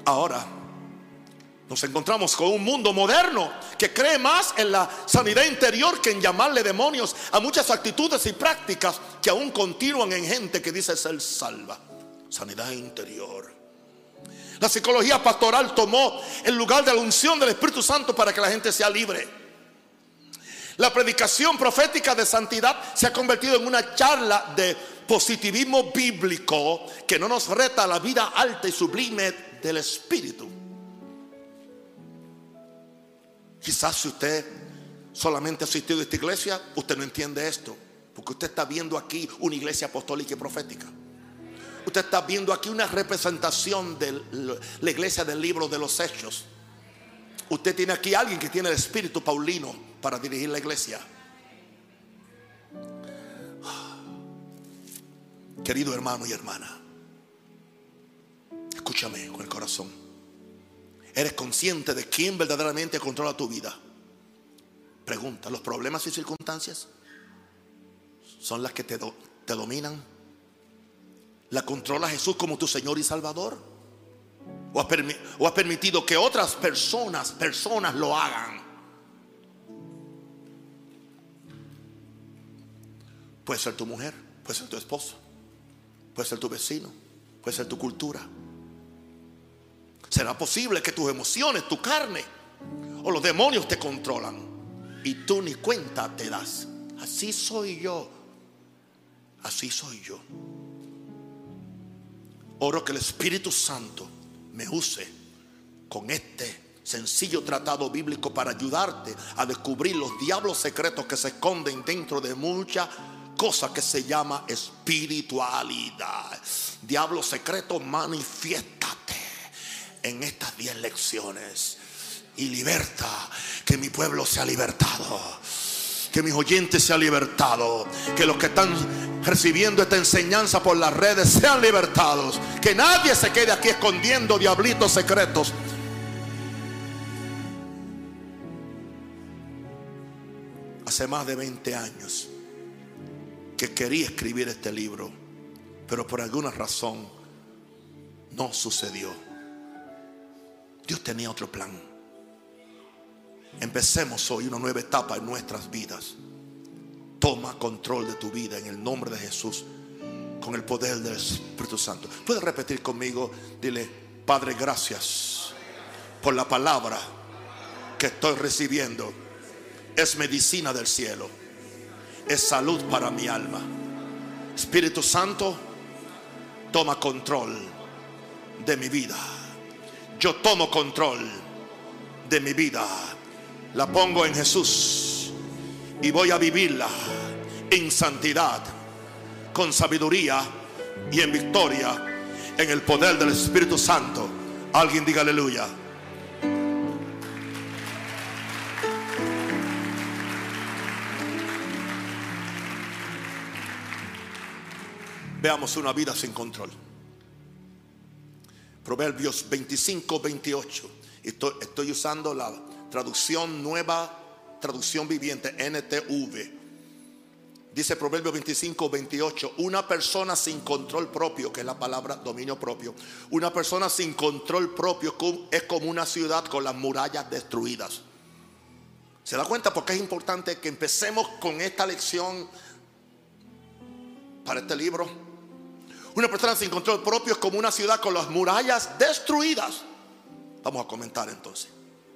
Ahora nos encontramos con un mundo moderno que cree más en la sanidad interior que en llamarle demonios a muchas actitudes y prácticas que aún continúan en gente que dice ser salva. Sanidad interior. La psicología pastoral tomó el lugar de la unción del Espíritu Santo para que la gente sea libre. La predicación profética de santidad se ha convertido en una charla de positivismo bíblico que no nos reta a la vida alta y sublime del Espíritu. Quizás si usted solamente ha asistido a esta iglesia, usted no entiende esto, porque usted está viendo aquí una iglesia apostólica y profética. Usted está viendo aquí una representación de la iglesia del libro de los Hechos. Usted tiene aquí a alguien que tiene el espíritu paulino para dirigir la iglesia. Querido hermano y hermana, escúchame con el corazón. ¿Eres consciente de quién verdaderamente controla tu vida? Pregunta, ¿los problemas y circunstancias son las que te, do, te dominan? ¿La controla Jesús como tu Señor y Salvador? ¿O has, permi o has permitido que otras personas, personas lo hagan? Puede ser tu mujer, puede ser tu esposo, puede ser tu vecino, puede ser tu cultura. ¿Será posible que tus emociones, tu carne o los demonios te controlan y tú ni cuenta te das? Así soy yo. Así soy yo. Oro que el Espíritu Santo me use con este sencillo tratado bíblico para ayudarte a descubrir los diablos secretos que se esconden dentro de muchas cosas que se llama espiritualidad. Diablo secreto, manifiéstate en estas diez lecciones y liberta, que mi pueblo sea libertado, que mis oyentes sean libertados, que los que están recibiendo esta enseñanza por las redes sean libertados, que nadie se quede aquí escondiendo diablitos secretos. Hace más de veinte años que quería escribir este libro, pero por alguna razón no sucedió. Dios tenía otro plan. Empecemos hoy una nueva etapa en nuestras vidas. Toma control de tu vida en el nombre de Jesús, con el poder del Espíritu Santo. ¿Puedes repetir conmigo? Dile: Padre, gracias por la palabra que estoy recibiendo. Es medicina del cielo, es salud para mi alma. Espíritu Santo, toma control de mi vida. Yo tomo control de mi vida. La pongo en Jesús y voy a vivirla en santidad, con sabiduría y en victoria, en el poder del Espíritu Santo. Alguien diga aleluya. Veamos una vida sin control. Proverbios veinticinco, veintiocho. Estoy, estoy usando la traducción nueva, traducción viviente, N T V. Dice Proverbios veinticinco, veintiocho: una persona sin control propio, que es la palabra dominio propio, una persona sin control propio es como una ciudad con las murallas destruidas. ¿Se da cuenta por qué es importante que empecemos con esta lección para este libro? Una persona sin control propio es como una ciudad con las murallas destruidas. Vamos a comentar entonces.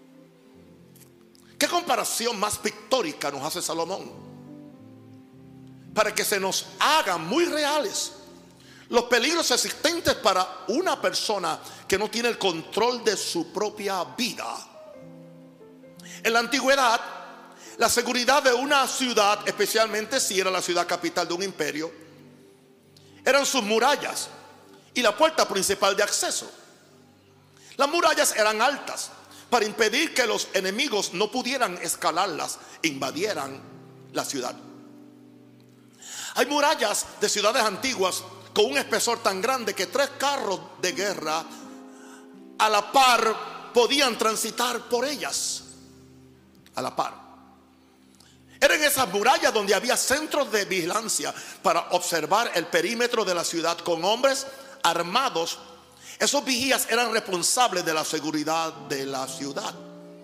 ¿Qué comparación más pictórica nos hace Salomón? Para que se nos hagan muy reales los peligros existentes para una persona que no tiene el control de su propia vida. En la antigüedad, la seguridad de una ciudad, especialmente si era la ciudad capital de un imperio, eran sus murallas y la puerta principal de acceso. Las murallas eran altas para impedir que los enemigos no pudieran escalarlas e invadieran la ciudad. Hay murallas de ciudades antiguas con un espesor tan grande que tres carros de guerra a la par podían transitar por ellas. A la par. Eran esas murallas donde había centros de vigilancia para observar el perímetro de la ciudad con hombres armados Esos vigías eran responsables de la seguridad de la ciudad.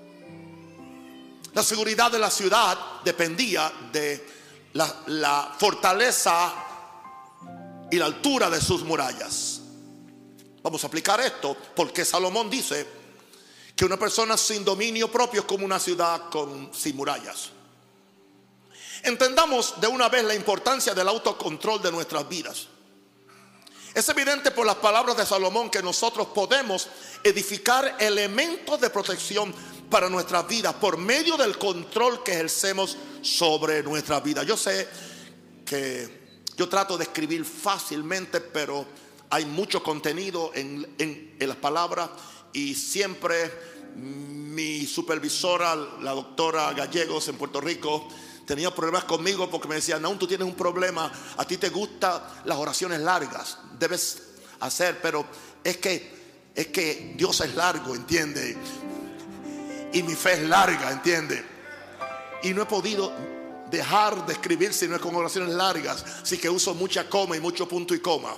La seguridad de la ciudad dependía de la, la fortaleza y la altura de sus murallas. Vamos a aplicar esto porque Salomón dice que una persona sin dominio propio es como una ciudad con, sin murallas. Entendamos de una vez la importancia del autocontrol de nuestras vidas. Es evidente por las palabras de Salomón que nosotros podemos edificar elementos de protección para nuestras vidas por medio del control que ejercemos sobre nuestra vida. Yo sé que yo trato de escribir fácilmente, pero hay mucho contenido en, en, en las palabras, y siempre mi supervisora, la doctora Gallegos en Puerto Rico, tenía problemas conmigo porque me decía: no, tú tienes un problema, a ti te gustan las oraciones largas, debes hacer, pero es que, es que Dios es largo, ¿entiende? Y mi fe es larga, ¿entiende? Y no he podido dejar de escribir si no es con oraciones largas, así que uso mucha coma y mucho punto y coma.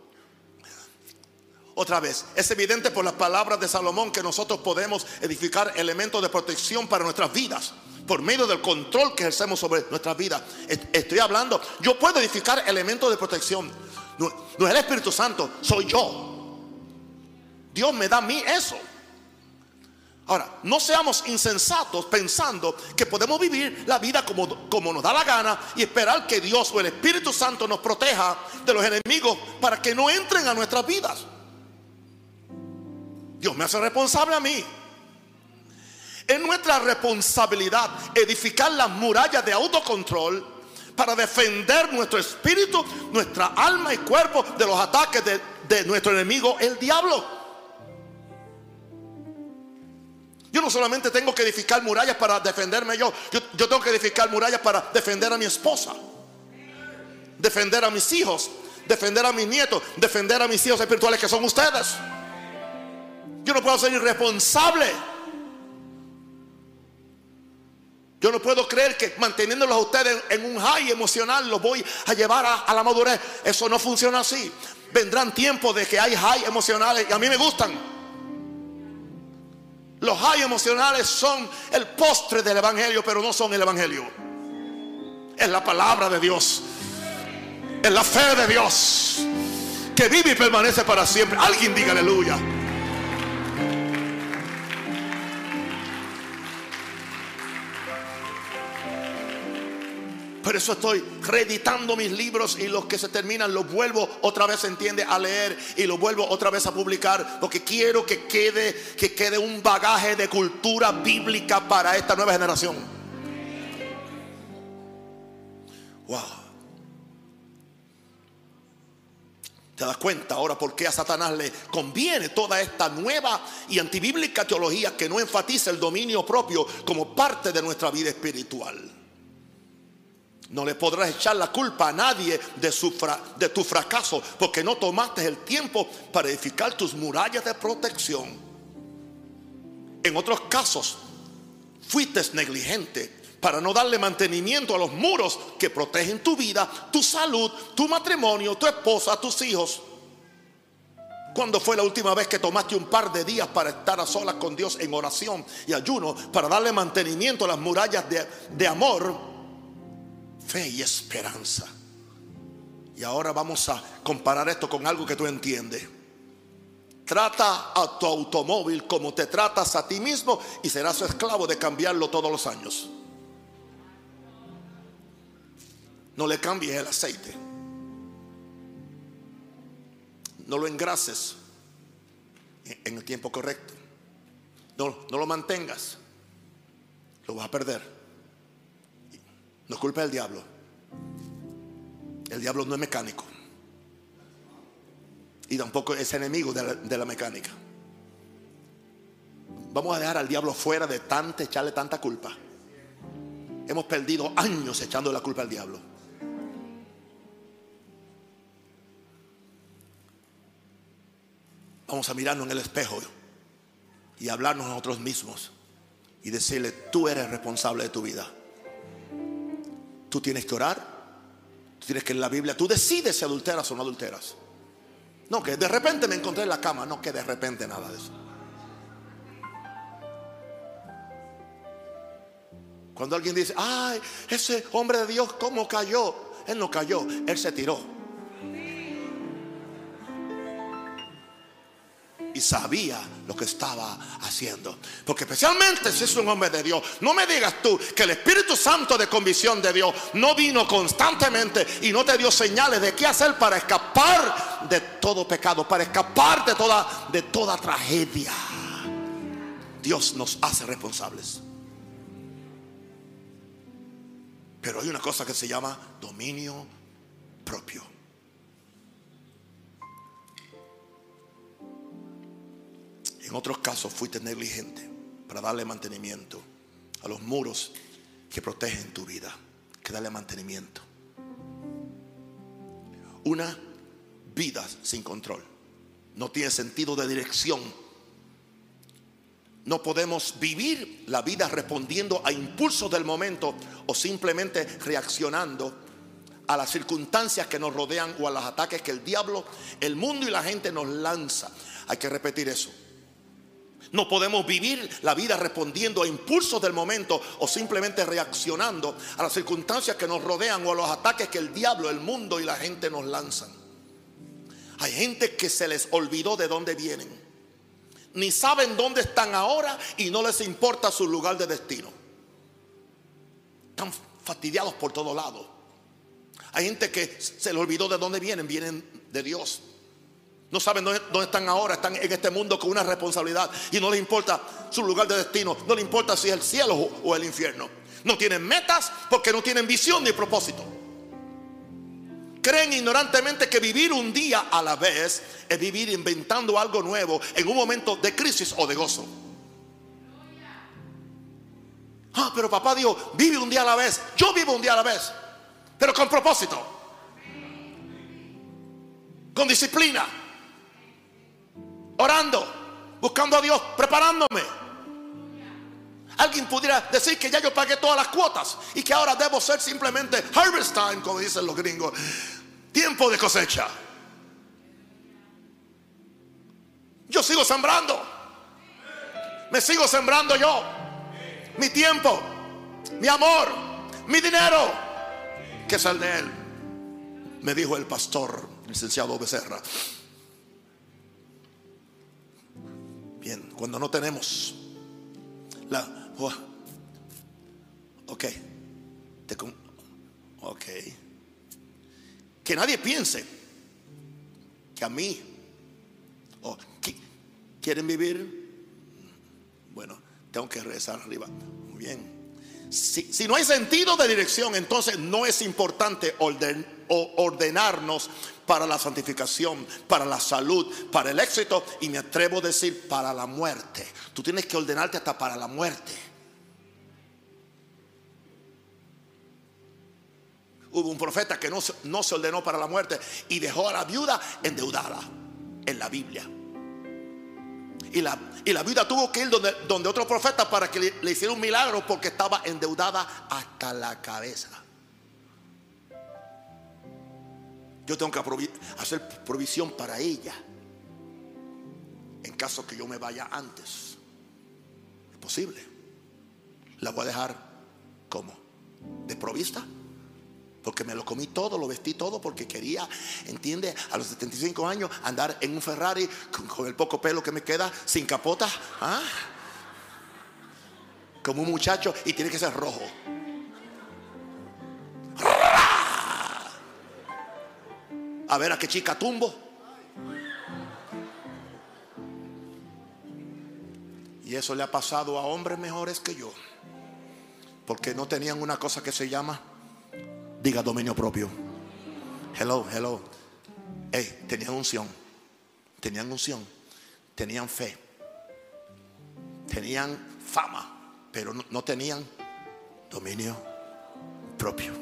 Otra vez, es evidente por las palabras de Salomón que nosotros podemos edificar elementos de protección para nuestras vidas por medio del control que ejercemos sobre nuestras vidas. Estoy hablando, yo puedo edificar elementos de protección. No, no es el Espíritu Santo, soy yo. Dios me da a mí eso. Ahora, no seamos insensatos pensando que podemos vivir la vida como, como nos da la gana y esperar que Dios o el Espíritu Santo nos proteja de los enemigos para que no entren a nuestras vidas. Dios me hace responsable a mí. Es nuestra responsabilidad edificar las murallas de autocontrol para defender nuestro espíritu, nuestra alma y cuerpo de los ataques de, de nuestro enemigo, el diablo. Yo no solamente tengo que edificar murallas para defenderme yo, yo, yo tengo que edificar murallas para defender a mi esposa, defender a mis hijos, defender a mis nietos, defender a mis hijos espirituales que son ustedes. Yo no puedo ser irresponsable. Yo no puedo creer que manteniéndolos a ustedes en un high emocional los voy a llevar a, a la madurez. Eso no funciona así. Vendrán tiempos de que hay high emocionales y a mí me gustan. Los high emocionales son el postre del evangelio, pero no son el evangelio. Es la palabra de Dios, es la fe de Dios que vive y permanece para siempre. Alguien diga aleluya. Por eso estoy reeditando mis libros, y los que se terminan los vuelvo otra vez, entiende, a leer, y los vuelvo otra vez a publicar, porque quiero que quede, que quede un bagaje de cultura bíblica para esta nueva generación. Wow. ¿Te das cuenta ahora por qué a Satanás le conviene toda esta nueva y antibíblica teología que no enfatiza el dominio propio como parte de nuestra vida espiritual? No le podrás echar la culpa a nadie de, su fra, de tu fracaso, porque no tomaste el tiempo para edificar tus murallas de protección. En otros casos, fuiste negligente para no darle mantenimiento a los muros que protegen tu vida, tu salud, tu matrimonio, tu esposa, tus hijos. ¿Cuándo fue la última vez que tomaste un par de días para estar a solas con Dios en oración y ayuno para darle mantenimiento a las murallas de, de amor, fe y esperanza? Y ahora vamos a comparar esto con algo que tú entiendes. Trata a tu automóvil como te tratas a ti mismo y serás esclavo de cambiarlo todos los años. No le cambies el aceite, no lo engrases en el tiempo correcto, no, no lo mantengas, lo vas a perder. No es culpa del diablo. El diablo no es mecánico y tampoco es enemigo de la, de la mecánica. Vamos a dejar al diablo fuera de tanta, echarle tanta culpa. Hemos perdido años echando la culpa al diablo. Vamos a mirarnos en el espejo y hablarnos a nosotros mismos y decirle: tú eres responsable de tu vida. Tú tienes que orar, tú tienes que leer la Biblia, tú decides si adulteras o no adulteras. No, que de repente me encontré en la cama. No, que de repente nada de eso. Cuando alguien dice, ay, ese hombre de Dios, ¿cómo cayó? Él no cayó, él se tiró. Y sabía lo que estaba haciendo. Porque especialmente si es un hombre de Dios, no me digas tú que el Espíritu Santo de convicción de Dios no vino constantemente y no te dio señales de qué hacer para escapar de todo pecado, para escapar de toda, de toda tragedia. Dios nos hace responsables. Pero hay una cosa que se llama dominio propio. En otros casos fuiste negligente para darle mantenimiento a los muros que protegen tu vida, que darle mantenimiento. Una vida sin control no tiene sentido de dirección. No podemos vivir la vida respondiendo a impulsos del momento o simplemente reaccionando a las circunstancias que nos rodean o a los ataques que el diablo, el mundo y la gente nos lanza. Hay que repetir eso. No podemos vivir la vida respondiendo a impulsos del momento o simplemente reaccionando a las circunstancias que nos rodean o a los ataques que el diablo, el mundo y la gente nos lanzan. Hay gente que se les olvidó de dónde vienen, ni saben dónde están ahora y no les importa su lugar de destino. Están fastidiados por todos lados. Hay gente que se les olvidó de dónde vienen, vienen de Dios. No saben dónde, dónde están ahora, están en este mundo con una responsabilidad y no les importa su lugar de destino, no les importa si es el cielo o, o el infierno. No tienen metas porque no tienen visión ni propósito. Creen ignorantemente que vivir un día a la vez es vivir inventando algo nuevo en un momento de crisis o de gozo. Ah, pero papá Dios vive un día a la vez. Yo vivo un día a la vez, pero con propósito, con disciplina, orando, buscando a Dios, preparándome. Alguien pudiera decir que ya yo pagué todas las cuotas y que ahora debo ser simplemente harvest time, como dicen los gringos, tiempo de cosecha. Yo sigo sembrando, me sigo sembrando yo, mi tiempo, mi amor, mi dinero, que es el de Él. Me dijo el pastor licenciado Becerra. Bien, cuando no tenemos la oh, ok, te, ok, que nadie piense que a mí oh, que, quieren vivir. Bueno, tengo que regresar arriba. Muy bien. Si, si no hay sentido de dirección, entonces no es importante orden, ordenarnos para la santificación, para la salud, para el éxito y me atrevo a decir para la muerte. Tú tienes que ordenarte hasta para la muerte. Hubo un profeta que no, no se ordenó para la muerte y dejó a la viuda endeudada en la Biblia. Y la, y la viuda tuvo que ir donde, donde otro profeta para que le, le hiciera un milagro porque estaba endeudada hasta la cabeza. Yo tengo que provi- hacer provisión para ella en caso que yo me vaya antes. Es posible. La voy a dejar ¿cómo? ¿Desprovista? Porque me lo comí todo, lo vestí todo porque quería, entiende, a los setenta y cinco años andar en un Ferrari con, con el poco pelo que me queda, sin capota, ¿ah? Como un muchacho, y tiene que ser rojo. A ver a qué chica tumbo. Y eso le ha pasado a hombres mejores que yo, porque no tenían una cosa que se llama, diga, dominio propio. Hello, hello. Hey, tenían unción. Tenían unción. Tenían fe. Tenían fama. Pero no, no tenían dominio propio.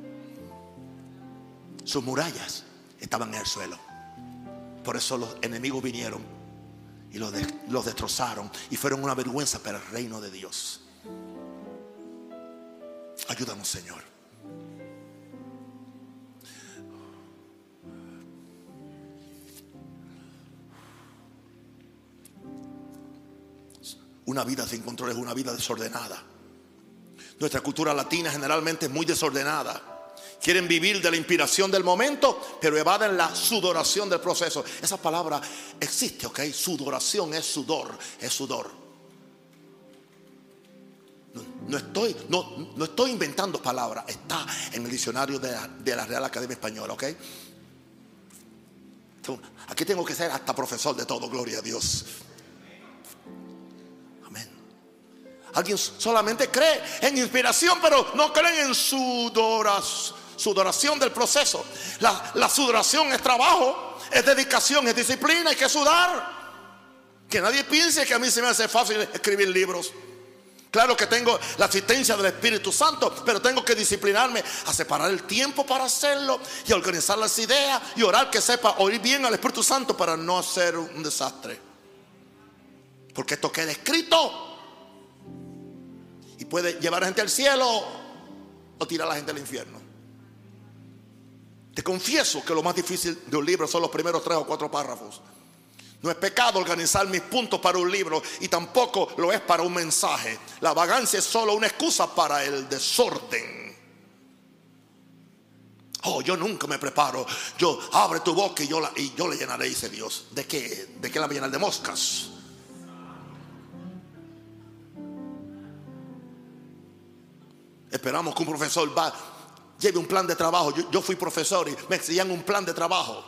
Sus murallas estaban en el suelo. Por eso los enemigos vinieron y los, de, los destrozaron. Y fueron una vergüenza para el reino de Dios. Ayúdanos, Señor. Una vida sin control es una vida desordenada. Nuestra cultura latina generalmente es muy desordenada. Quieren vivir de la inspiración del momento, pero evaden la sudoración del proceso. Esa palabra existe, ok. Sudoración es sudor, es sudor. No, no, estoy, no, no estoy inventando palabras. Está en el diccionario de la, de la Real Academia Española, ok. Entonces, aquí tengo que ser hasta profesor de todo, gloria a Dios. Amén. Alguien solamente cree en inspiración, pero no creen en sudoración. Sudoración del proceso. La, la sudoración es trabajo, es dedicación, es disciplina. Hay que sudar. Que nadie piense que a mí se me hace fácil escribir libros. Claro que tengo la asistencia del Espíritu Santo, pero tengo que disciplinarme a separar el tiempo para hacerlo y a organizar las ideas y orar que sepa oír bien al Espíritu Santo para no hacer un desastre. Porque esto queda escrito y puede llevar a gente al cielo o tirar a la gente al infierno. Te confieso que lo más difícil de un libro son los primeros tres o cuatro párrafos. No es pecado organizar mis puntos para un libro y tampoco lo es para un mensaje. La vagancia es solo una excusa para el desorden. Oh, yo nunca me preparo. Yo abre tu boca y yo, la, y yo le llenaré, dice Dios. ¿De qué? ¿De qué la voy a llenar? De moscas. Esperamos que un profesor va, lleve un plan de trabajo. Yo, yo fui profesor y me exigían un plan de trabajo.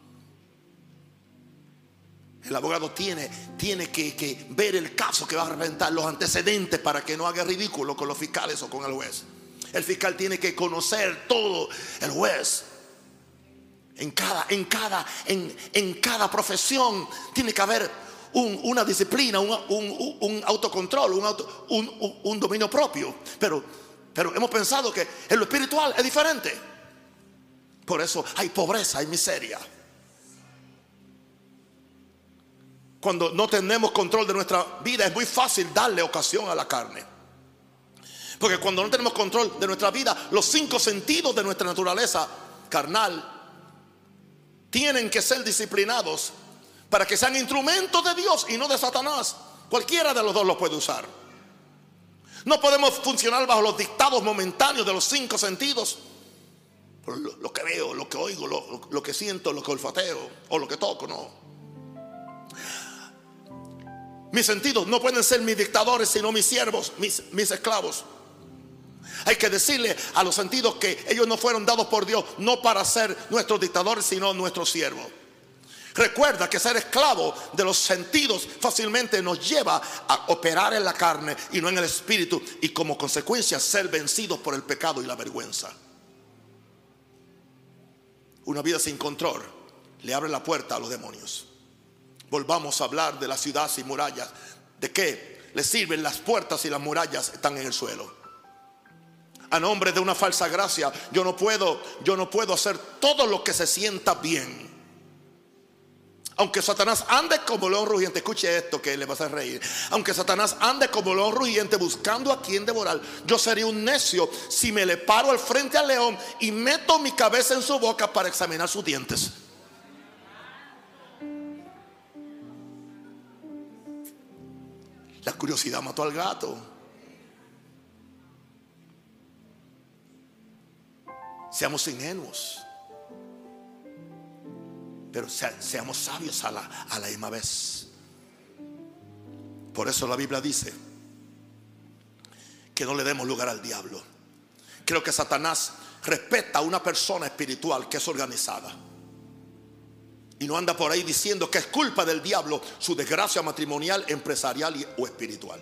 El abogado tiene, tiene que, que ver el caso que va a representar, los antecedentes, para que no haga ridículo con los fiscales o con el juez. El fiscal tiene que conocer todo. El juez, en cada, en cada, en, en cada profesión tiene que haber un, una disciplina, un, un, un autocontrol, un, auto, un, un, un dominio propio. Pero, pero hemos pensado que en lo espiritual es diferente. Por eso hay pobreza, hay miseria. Cuando no tenemos control de nuestra vida, es muy fácil darle ocasión a la carne. Porque cuando no tenemos control de nuestra vida, los cinco sentidos de nuestra naturaleza carnal tienen que ser disciplinados para que sean instrumentos de Dios y no de Satanás. Cualquiera de los dos los puede usar. No podemos funcionar bajo los dictados momentáneos de los cinco sentidos. Por lo, lo que veo, lo que oigo, lo, lo, lo que siento, lo que olfateo o lo que toco, no. Mis sentidos no pueden ser mis dictadores, sino mis siervos, mis, mis esclavos. Hay que decirle a los sentidos que ellos no fueron dados por Dios, no para ser nuestros dictadores, sino nuestros siervos. Recuerda que ser esclavo de los sentidos fácilmente nos lleva a operar en la carne y no en el espíritu, y como consecuencia ser vencidos por el pecado y la vergüenza. Una vida sin control le abre la puerta a los demonios. Volvamos a hablar de la ciudad sin murallas. ¿De qué le sirven las puertas y las murallas están en el suelo? A nombre de una falsa gracia, yo no puedo, yo no puedo hacer todo lo que se sienta bien. Aunque Satanás ande como león rugiente, escuche esto que le va a hacer reír. Aunque Satanás ande como león rugiente buscando a quien devorar, yo sería un necio si me le paro al frente al león y meto mi cabeza en su boca para examinar sus dientes. La curiosidad mató al gato. Seamos ingenuos, pero seamos sabios a la, a la misma vez. Por eso la Biblia dice que no le demos lugar al diablo. Creo que Satanás respeta a una persona espiritual que es organizada y no anda por ahí diciendo que es culpa del diablo su desgracia matrimonial, empresarial y, o espiritual.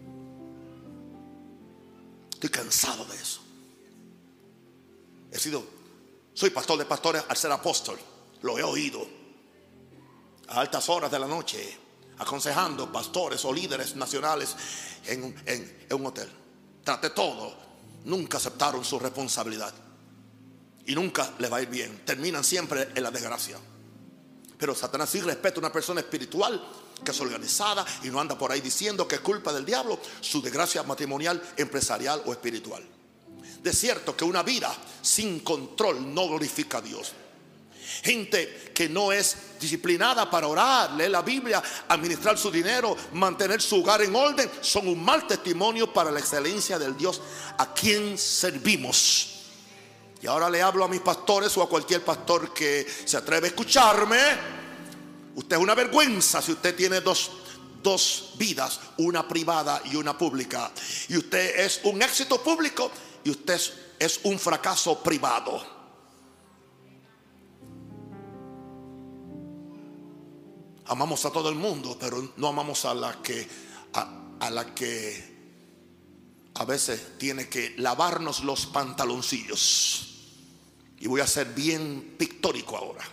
Estoy cansado de eso. He sido, soy pastor de pastores al ser apóstol. Lo he oído a altas horas de la noche, aconsejando pastores o líderes nacionales en, en, en un hotel. Traté todo. Nunca aceptaron su responsabilidad y nunca les va a ir bien. Terminan siempre en la desgracia. Pero Satanás sí respeta a una persona espiritual que es organizada y no anda por ahí diciendo que es culpa del diablo su desgracia matrimonial, empresarial o espiritual. De cierto que una vida sin control no glorifica a Dios. Gente que no es disciplinada para orar, leer la Biblia, administrar su dinero, mantener su hogar en orden, son un mal testimonio para la excelencia del Dios a quien servimos. Y ahora le hablo a mis pastores o a cualquier pastor que se atreve a escucharme. Usted es una vergüenza si usted tiene dos, dos vidas, una privada y una pública. Y usted es un éxito público y usted es, es un fracaso privado. Amamos a todo el mundo, pero no amamos a la que a, a la que a veces tiene que lavarnos los pantaloncillos. Y voy a ser bien pictórico ahora.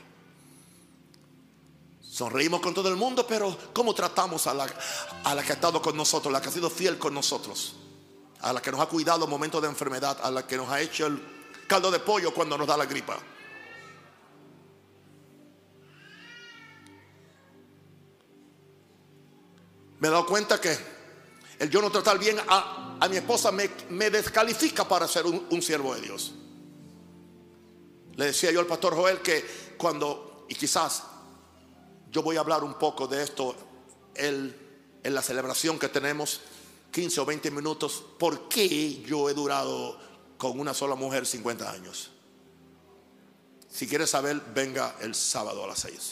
Sonreímos con todo el mundo, pero ¿cómo tratamos a la, a la que ha estado con nosotros, la que ha sido fiel con nosotros, a la que nos ha cuidado en momentos de enfermedad, a la que nos ha hecho el caldo de pollo cuando nos da la gripa? Me he dado cuenta que el yo no tratar bien a, a mi esposa me, me descalifica para ser un, un siervo de Dios. Le decía yo al pastor Joel que cuando, y quizás yo voy a hablar un poco de esto el, en la celebración que tenemos, quince o veinte minutos, ¿por qué yo he durado con una sola mujer cincuenta años? Si quieres saber, venga el sábado a las seis.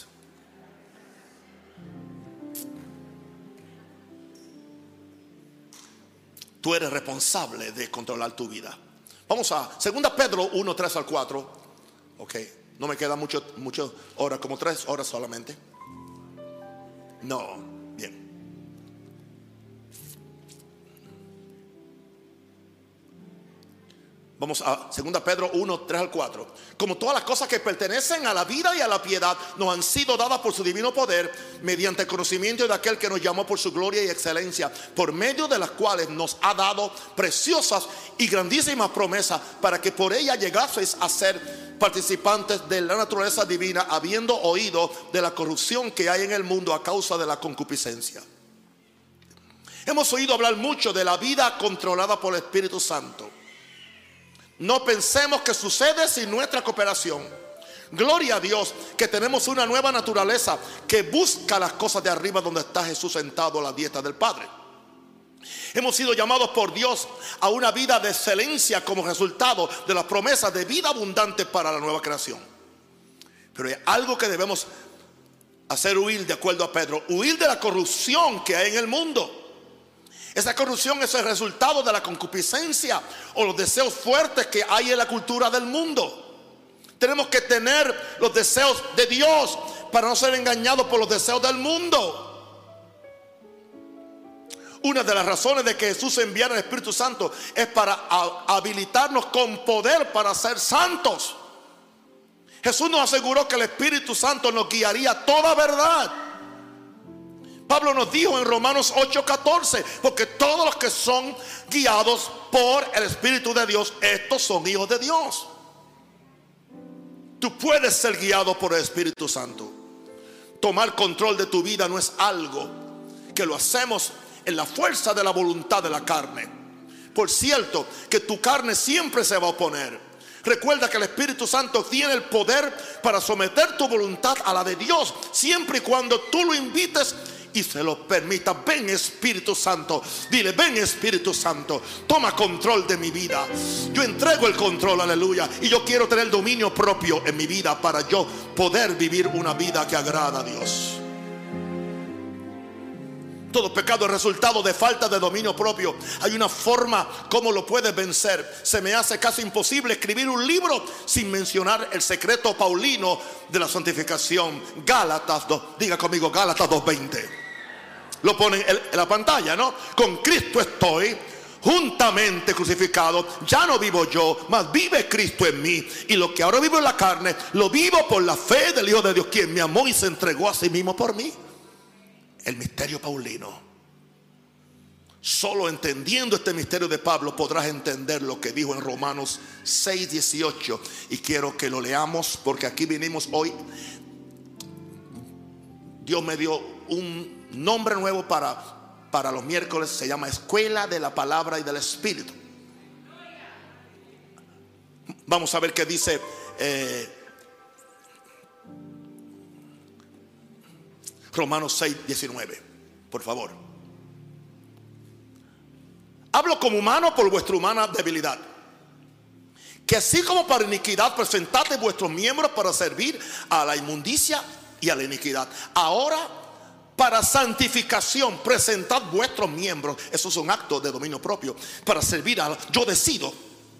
Tú eres responsable de controlar tu vida. Vamos a segunda Pedro uno, tres al cuatro. Ok, no me queda mucho, mucho horas, como tres horas solamente. No, bien. Vamos a segunda Pedro uno, tres al cuatro. Como todas las cosas que pertenecen a la vida y a la piedad nos han sido dadas por su divino poder, mediante el conocimiento de aquel que nos llamó por su gloria y excelencia, por medio de las cuales nos ha dado preciosas y grandísimas promesas, para que por ellas llegaseis a ser participantes de la naturaleza divina, habiendo oído de la corrupción que hay en el mundo a causa de la concupiscencia. Hemos oído hablar mucho de la vida controlada por el Espíritu Santo. No pensemos que sucede sin nuestra cooperación. Gloria a Dios que tenemos una nueva naturaleza que busca las cosas de arriba, donde está Jesús sentado a la diestra del Padre. Hemos sido llamados por Dios a una vida de excelencia como resultado de las promesas de vida abundante para la nueva creación. Pero hay algo que debemos hacer huir, de acuerdo a Pedro: huir de la corrupción que hay en el mundo. Esa corrupción es el resultado de la concupiscencia o los deseos fuertes que hay en la cultura del mundo. Tenemos que tener los deseos de Dios para no ser engañados por los deseos del mundo. Una de las razones de que Jesús enviara el Espíritu Santo es para habilitarnos con poder para ser santos. Jesús nos aseguró que el Espíritu Santo nos guiaría a toda verdad. Pablo nos dijo en Romanos ocho, catorce: porque todos los que son guiados por el Espíritu de Dios, estos son hijos de Dios. Tú puedes ser guiado por el Espíritu Santo. Tomar control de tu vida no es algo que lo hacemos en la fuerza de la voluntad de la carne. Por cierto, que tu carne siempre se va a oponer. Recuerda que el Espíritu Santo tiene el poder para someter tu voluntad a la de Dios, siempre y cuando tú lo invites y se lo permita. Ven, Espíritu Santo. Dile: ven, Espíritu Santo, toma control de mi vida. Yo entrego el control, aleluya. Y yo quiero tener dominio propio en mi vida para yo poder vivir una vida que agrada a Dios. Todo pecado es resultado de falta de dominio propio. Hay una forma como lo puedes vencer. Se me hace casi imposible escribir un libro sin mencionar el secreto paulino de la santificación. Gálatas dos, diga conmigo, Gálatas dos veinte. Lo ponen en la pantalla, ¿no? Con Cristo estoy juntamente crucificado. Ya no vivo yo, mas vive Cristo en mí. Y lo que ahora vivo en la carne, lo vivo por la fe del Hijo de Dios, quien me amó y se entregó a sí mismo por mí. El misterio paulino. Solo entendiendo este misterio de Pablo podrás entender lo que dijo en Romanos seis, dieciocho. Y quiero que lo leamos, porque aquí vinimos hoy. Dios me dio un nombre nuevo para, para los miércoles. Se llama Escuela de la Palabra y del Espíritu. Vamos a ver qué dice eh, Romanos seis, diecinueve, por favor. Hablo como humano por vuestra humana debilidad, que así como para iniquidad presentad vuestros miembros para servir a la inmundicia y a la iniquidad, ahora para santificación presentad vuestros miembros. Eso es un acto de dominio propio, para servir a, yo decido.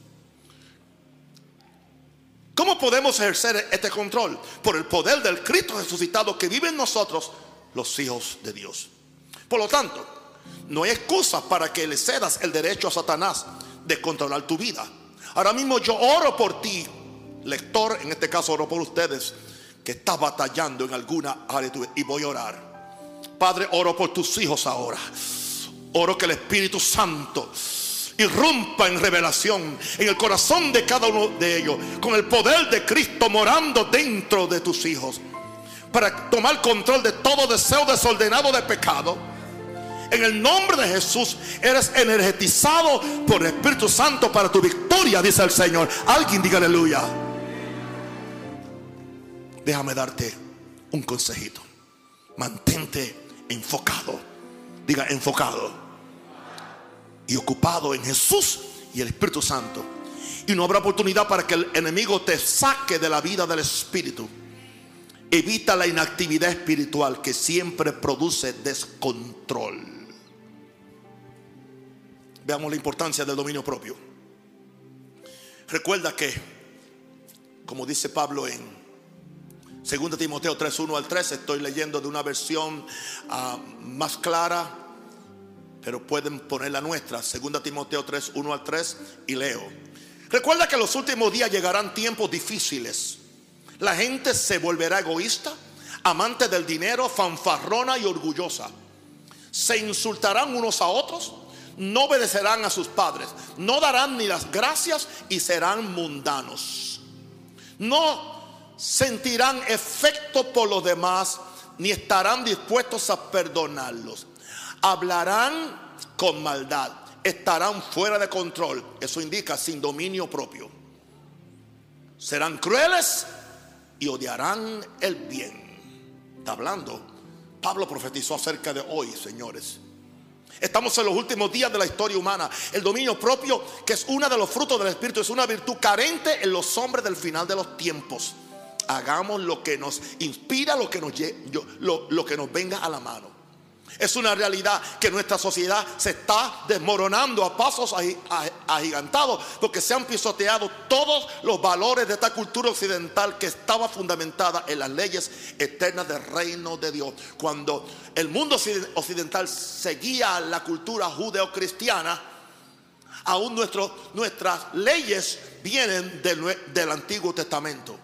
¿Cómo podemos ejercer este control? Por el poder del Cristo resucitado que vive en nosotros, los hijos de Dios. Por lo tanto, no hay excusa para que le cedas el derecho a Satanás de controlar tu vida. Ahora mismo yo oro por ti, lector, en este caso oro por ustedes que estás batallando en alguna área de tu vida, y voy a orar. Padre, oro por tus hijos ahora. Oro que el Espíritu Santo irrumpa en revelación en el corazón de cada uno de ellos, con el poder de Cristo morando dentro de tus hijos, para tomar control de todo deseo desordenado de pecado. En el nombre de Jesús eres energetizado por el Espíritu Santo para tu victoria, dice el Señor. Alguien diga aleluya. Déjame darte un consejito. Mantente enfocado. Diga enfocado. Y ocupado en Jesús y el Espíritu Santo. Y no habrá oportunidad para que el enemigo te saque de la vida del Espíritu. Evita la inactividad espiritual que siempre produce descontrol. Veamos la importancia del dominio propio. Recuerda que, como dice Pablo en segunda Timoteo tres, uno al tres, estoy leyendo de una versión uh, más clara, pero pueden poner la nuestra, segunda Timoteo tres, uno al tres, y leo. Recuerda que en los últimos días llegarán tiempos difíciles. La gente se volverá egoísta, amante del dinero, fanfarrona y orgullosa. Se insultarán unos a otros, no obedecerán a sus padres, no darán ni las gracias y serán mundanos. No sentirán efecto por los demás, ni estarán dispuestos a perdonarlos. Hablarán con maldad, estarán fuera de control. Eso indica sin dominio propio. Serán crueles y odiarán el bien. Está hablando. Pablo profetizó acerca de hoy, señores. Estamos en los últimos días de la historia humana. El dominio propio, que es uno de los frutos del Espíritu, es una virtud carente en los hombres del final de los tiempos. Hagamos lo que nos inspira, lo que nos, lo, lo que nos venga a la mano. Es una realidad que nuestra sociedad se está desmoronando a pasos agigantados, porque se han pisoteado todos los valores de esta cultura occidental que estaba fundamentada en las leyes eternas del reino de Dios. Cuando el mundo occidental seguía la cultura judeocristiana, aún nuestro, nuestras leyes vienen del, del Antiguo Testamento.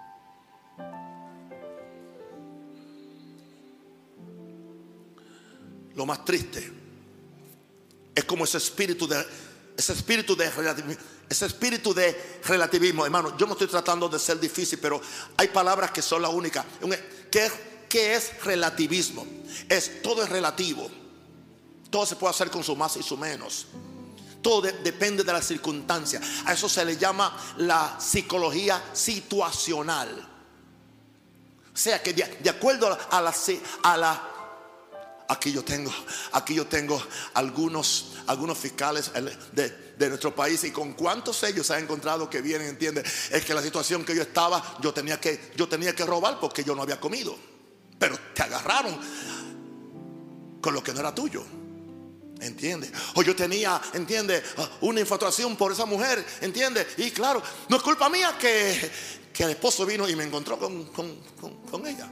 Lo más triste es como ese espíritu de ese espíritu de relativismo, ese espíritu de relativismo, hermano. Yo no estoy tratando de ser difícil, pero hay palabras que son las únicas. ¿Qué es, qué es relativismo? Es todo es relativo. Todo se puede hacer con su más y su menos. Todo de, depende de las circunstancias. A eso se le llama la psicología situacional. O sea que de, de acuerdo a la, a la Aquí yo tengo, aquí yo tengo algunos, algunos fiscales de, de nuestro país, y con cuántos ellos se han encontrado que vienen, entiende, es que la situación que yo estaba, yo tenía que, yo tenía que robar porque yo no había comido, pero te agarraron con lo que no era tuyo, entiende. O yo tenía, entiende, una infatuación por esa mujer, entiende, y claro, no es culpa mía que, que el esposo vino y me encontró con, con, con, con ella.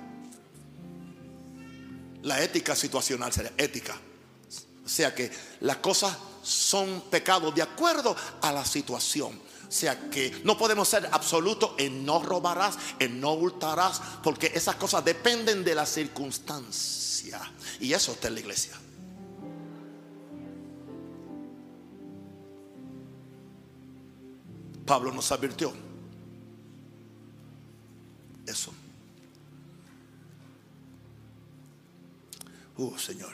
La ética situacional sería ética. O sea que las cosas son pecados de acuerdo a la situación. O sea que no podemos ser absolutos en no robarás, en no hurtarás, porque esas cosas dependen de la circunstancia. Y eso está en la iglesia. Pablo nos advirtió eso. Uh, Señor.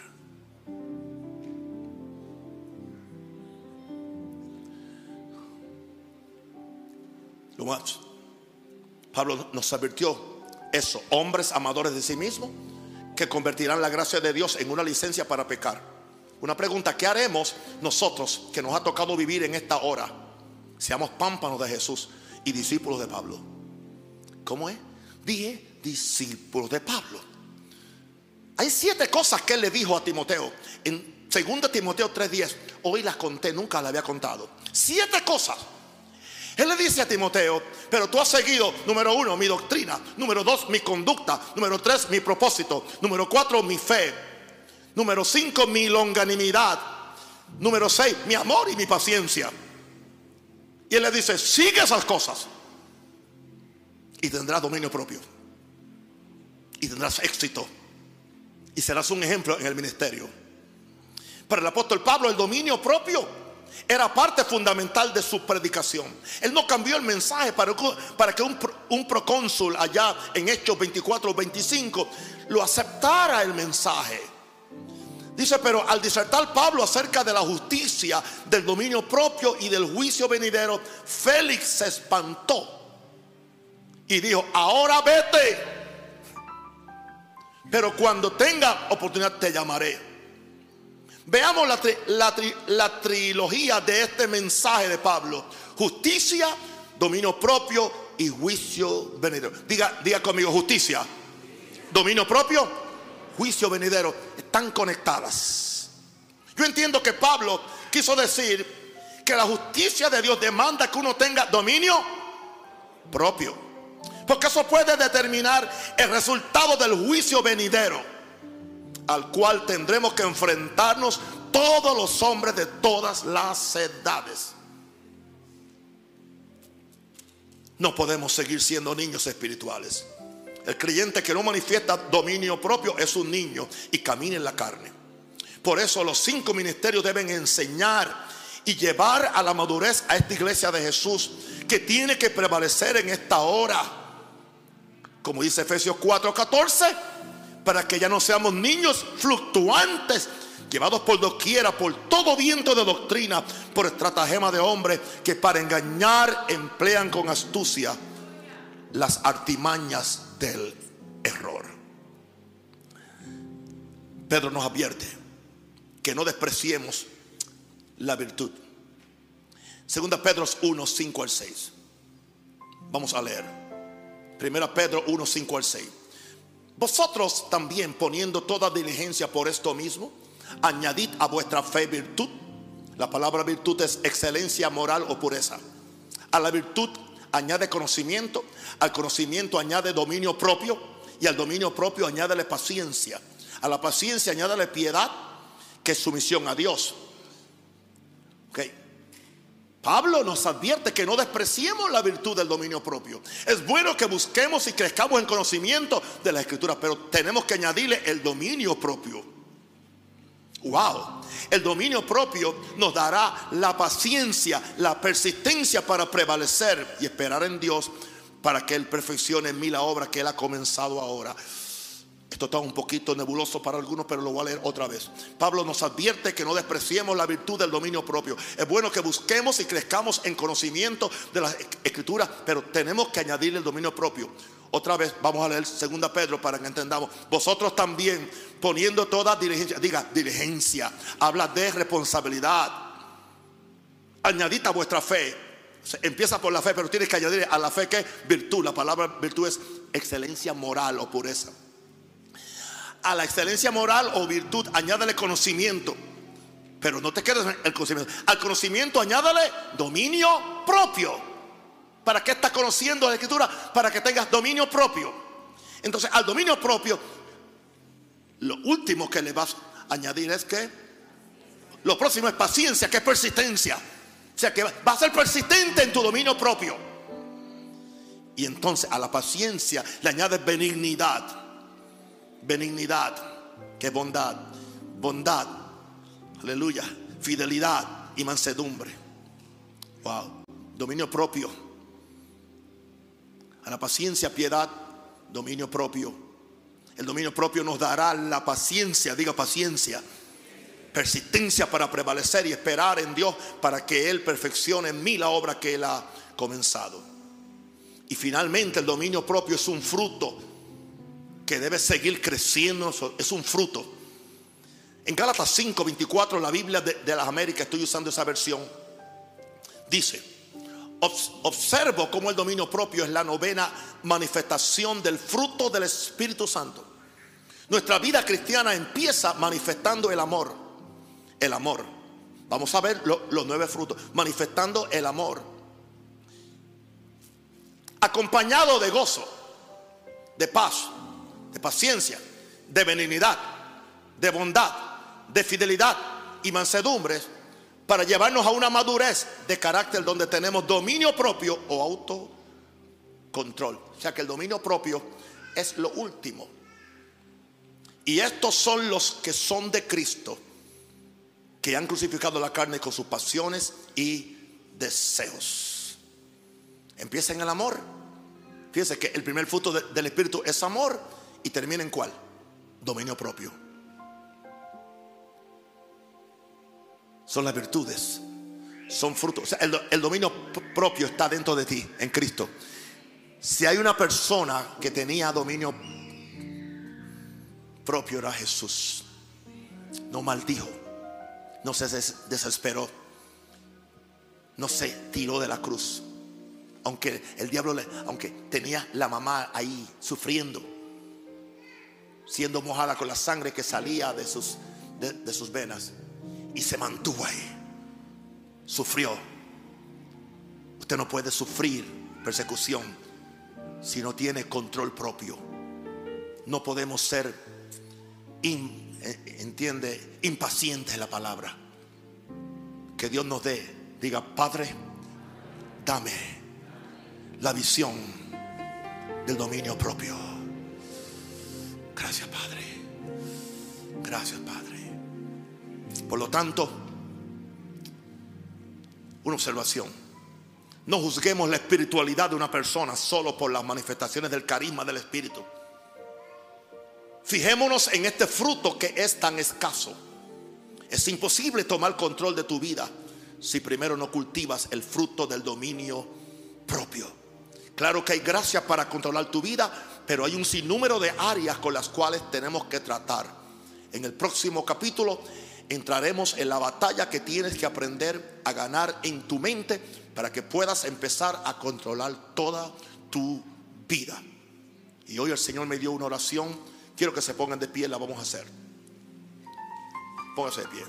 Lo más, Pablo nos advirtió eso. Hombres amadores de sí mismos, que convertirán la gracia de Dios en una licencia para pecar. Una pregunta: ¿qué haremos nosotros que nos ha tocado vivir en esta hora? Seamos pámpanos de Jesús y discípulos de Pablo. ¿Cómo es? Dije discípulos de Pablo. Hay siete cosas que él le dijo a Timoteo en segunda Timoteo tres diez. Hoy las conté, nunca las había contado. Siete cosas. Él le dice a Timoteo: pero tú has seguido, número uno, mi doctrina; número dos, mi conducta; número tres, mi propósito; número cuatro, mi fe; número cinco, mi longanimidad; número seis, mi amor y mi paciencia. Y él le dice: sigue esas cosas y tendrás dominio propio, y tendrás éxito, y serás un ejemplo en el ministerio. Para el apóstol Pablo, el dominio propio era parte fundamental de su predicación. Él no cambió el mensaje para, para que un, un procónsul allá en Hechos veinticuatro veinticinco lo aceptara el mensaje. Dice: pero al disertar Pablo acerca de la justicia, del dominio propio y del juicio venidero, Félix se espantó y dijo: ahora vete, pero cuando tenga oportunidad te llamaré. Veamos la, tri, la, tri, la trilogía de este mensaje de Pablo: justicia, dominio propio y juicio venidero. Diga, diga conmigo: justicia, dominio propio, juicio venidero. Están conectadas. Yo entiendo que Pablo quiso decir que la justicia de Dios demanda que uno tenga dominio propio, porque eso puede determinar el resultado del juicio venidero, al cual tendremos que enfrentarnos todos los hombres de todas las edades. No podemos seguir siendo niños espirituales. El creyente que no manifiesta dominio propio es un niño y camina en la carne. Por eso los cinco ministerios deben enseñar y llevar a la madurez a esta iglesia de Jesús, que tiene que prevalecer en esta hora, como dice Efesios cuatro catorce, para que ya no seamos niños fluctuantes, llevados por doquiera por todo viento de doctrina, por estratagema de hombres que para engañar emplean con astucia las artimañas del error. Pedro nos advierte que no despreciemos la virtud. Segunda Pedro uno cinco al seis. Vamos a leer. Primera Pedro uno cinco al seis. Vosotros también, poniendo toda diligencia por esto mismo, añadid a vuestra fe virtud. La palabra virtud es excelencia moral o pureza. A la virtud añade conocimiento, al conocimiento añade dominio propio, y al dominio propio añádele paciencia. A la paciencia añádele piedad, que es sumisión a Dios. Ok. Pablo nos advierte que no despreciemos la virtud del dominio propio. Es bueno que busquemos y crezcamos en conocimiento de la Escritura, pero tenemos que añadirle el dominio propio. Wow. El dominio propio nos dará la paciencia, la persistencia para prevalecer y esperar en Dios para que Él perfeccione en mí la obra que Él ha comenzado ahora. Esto está un poquito nebuloso para algunos, pero lo voy a leer otra vez. Pablo nos advierte que no despreciemos la virtud del dominio propio. Es bueno que busquemos y crezcamos en conocimiento de las Escrituras, pero tenemos que añadirle el dominio propio. Otra vez vamos a leer segunda Pedro para que entendamos. Vosotros también, poniendo toda diligencia, diga diligencia, habla de responsabilidad. Añadid a vuestra fe. Empieza por la fe, pero tienes que añadir a la fe que es virtud. La palabra virtud es excelencia moral o pureza. A la excelencia moral o virtud añádale conocimiento, pero no te quedes en el conocimiento. Al conocimiento añádale dominio propio. ¿Para qué estás conociendo la Escritura? Para que tengas dominio propio. Entonces, al dominio propio, lo último que le vas a añadir es que lo próximo es paciencia, que es persistencia. O sea que vas a ser persistente en tu dominio propio. Y entonces a la paciencia le añades benignidad. Benignidad, que es bondad. Bondad, aleluya, fidelidad y mansedumbre. Wow. Dominio propio. A la paciencia, piedad, dominio propio. El dominio propio nos dará la paciencia, diga paciencia, persistencia para prevalecer y esperar en Dios para que Él perfeccione en mí la obra que Él ha comenzado. Y finalmente el dominio propio es un fruto que debe seguir creciendo, es un fruto. En Gálatas cinco veinticuatro, la Biblia de, de las Américas, estoy usando esa versión, dice: observo cómo el dominio propio es la novena manifestación del fruto del Espíritu Santo. Nuestra vida cristiana empieza manifestando el amor. El amor. Vamos a ver lo, los nueve frutos. Manifestando el amor, acompañado de gozo, de paz, de paciencia, de benignidad, de bondad, de fidelidad y mansedumbre, para llevarnos a una madurez de carácter donde tenemos dominio propio o autocontrol. O sea que el dominio propio es lo último. Y estos son los que son de Cristo, que han crucificado la carne con sus pasiones y deseos. Empieza en el amor. Fíjense que el primer fruto de, del Espíritu es amor, y termina en ¿cuál? Dominio propio. Son las virtudes, son frutos. O sea, el, el dominio propio está dentro de ti, en Cristo. Si hay una persona que tenía dominio propio, era Jesús. No maldijo, no se desesperó, no se tiró de la cruz, aunque el diablo le, aunque tenía la mamá ahí sufriendo, siendo mojada con la sangre que salía de sus, de, de sus venas, y se mantuvo ahí. Sufrió. Usted no puede sufrir persecución si no tiene control propio. No podemos ser in, entiende, impacientes en la palabra. Que Dios nos dé, diga: Padre, dame la visión del dominio propio. Gracias, Padre. Gracias, Padre. Por lo tanto, una observación: no juzguemos la espiritualidad de una persona solo por las manifestaciones del carisma del Espíritu. Fijémonos en este fruto que es tan escaso. Es imposible tomar control de tu vida si primero no cultivas el fruto del dominio propio. Claro que hay gracia para controlar tu vida, pero hay un sinnúmero de áreas con las cuales tenemos que tratar. En el próximo capítulo entraremos en la batalla que tienes que aprender a ganar en tu mente para que puedas empezar a controlar toda tu vida. Y hoy el Señor me dio una oración. Quiero que se pongan de pie, la vamos a hacer. Póngase de pie.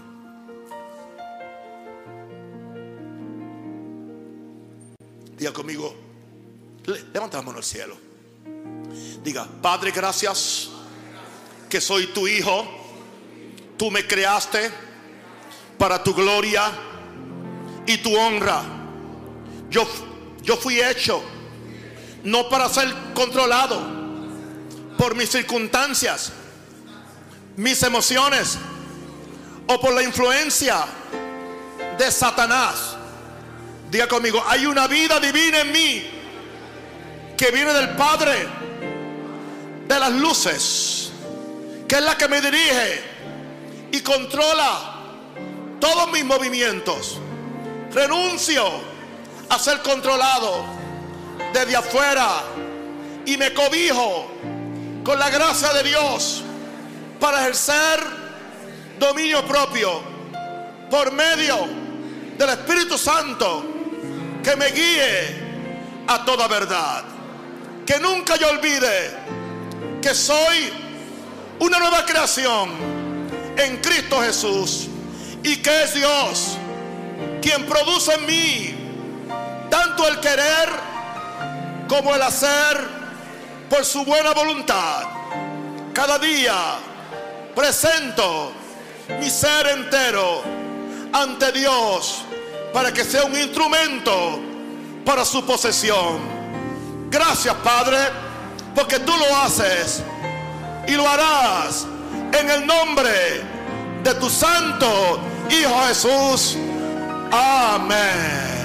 Diga conmigo, levanta la mano al cielo. Diga: Padre, gracias que soy tu hijo. Tú me creaste para tu gloria y tu honra. Yo, yo fui hecho no para ser controlado por mis circunstancias, mis emociones o por la influencia de Satanás. Diga conmigo: hay una vida divina en mí que viene del Padre de las luces, que es la que me dirige y controla todos mis movimientos. Renuncio a ser controlado desde afuera y me cobijo con la gracia de Dios para ejercer dominio propio por medio del Espíritu Santo, que me guíe a toda verdad. Que nunca yo olvide que soy una nueva creación en Cristo Jesús, y que es Dios quien produce en mí tanto el querer como el hacer por su buena voluntad. Cada día presento mi ser entero ante Dios para que sea un instrumento para su posesión. Gracias, Padre, porque tú lo haces y lo harás en el nombre de tu santo Hijo Jesús. Amén.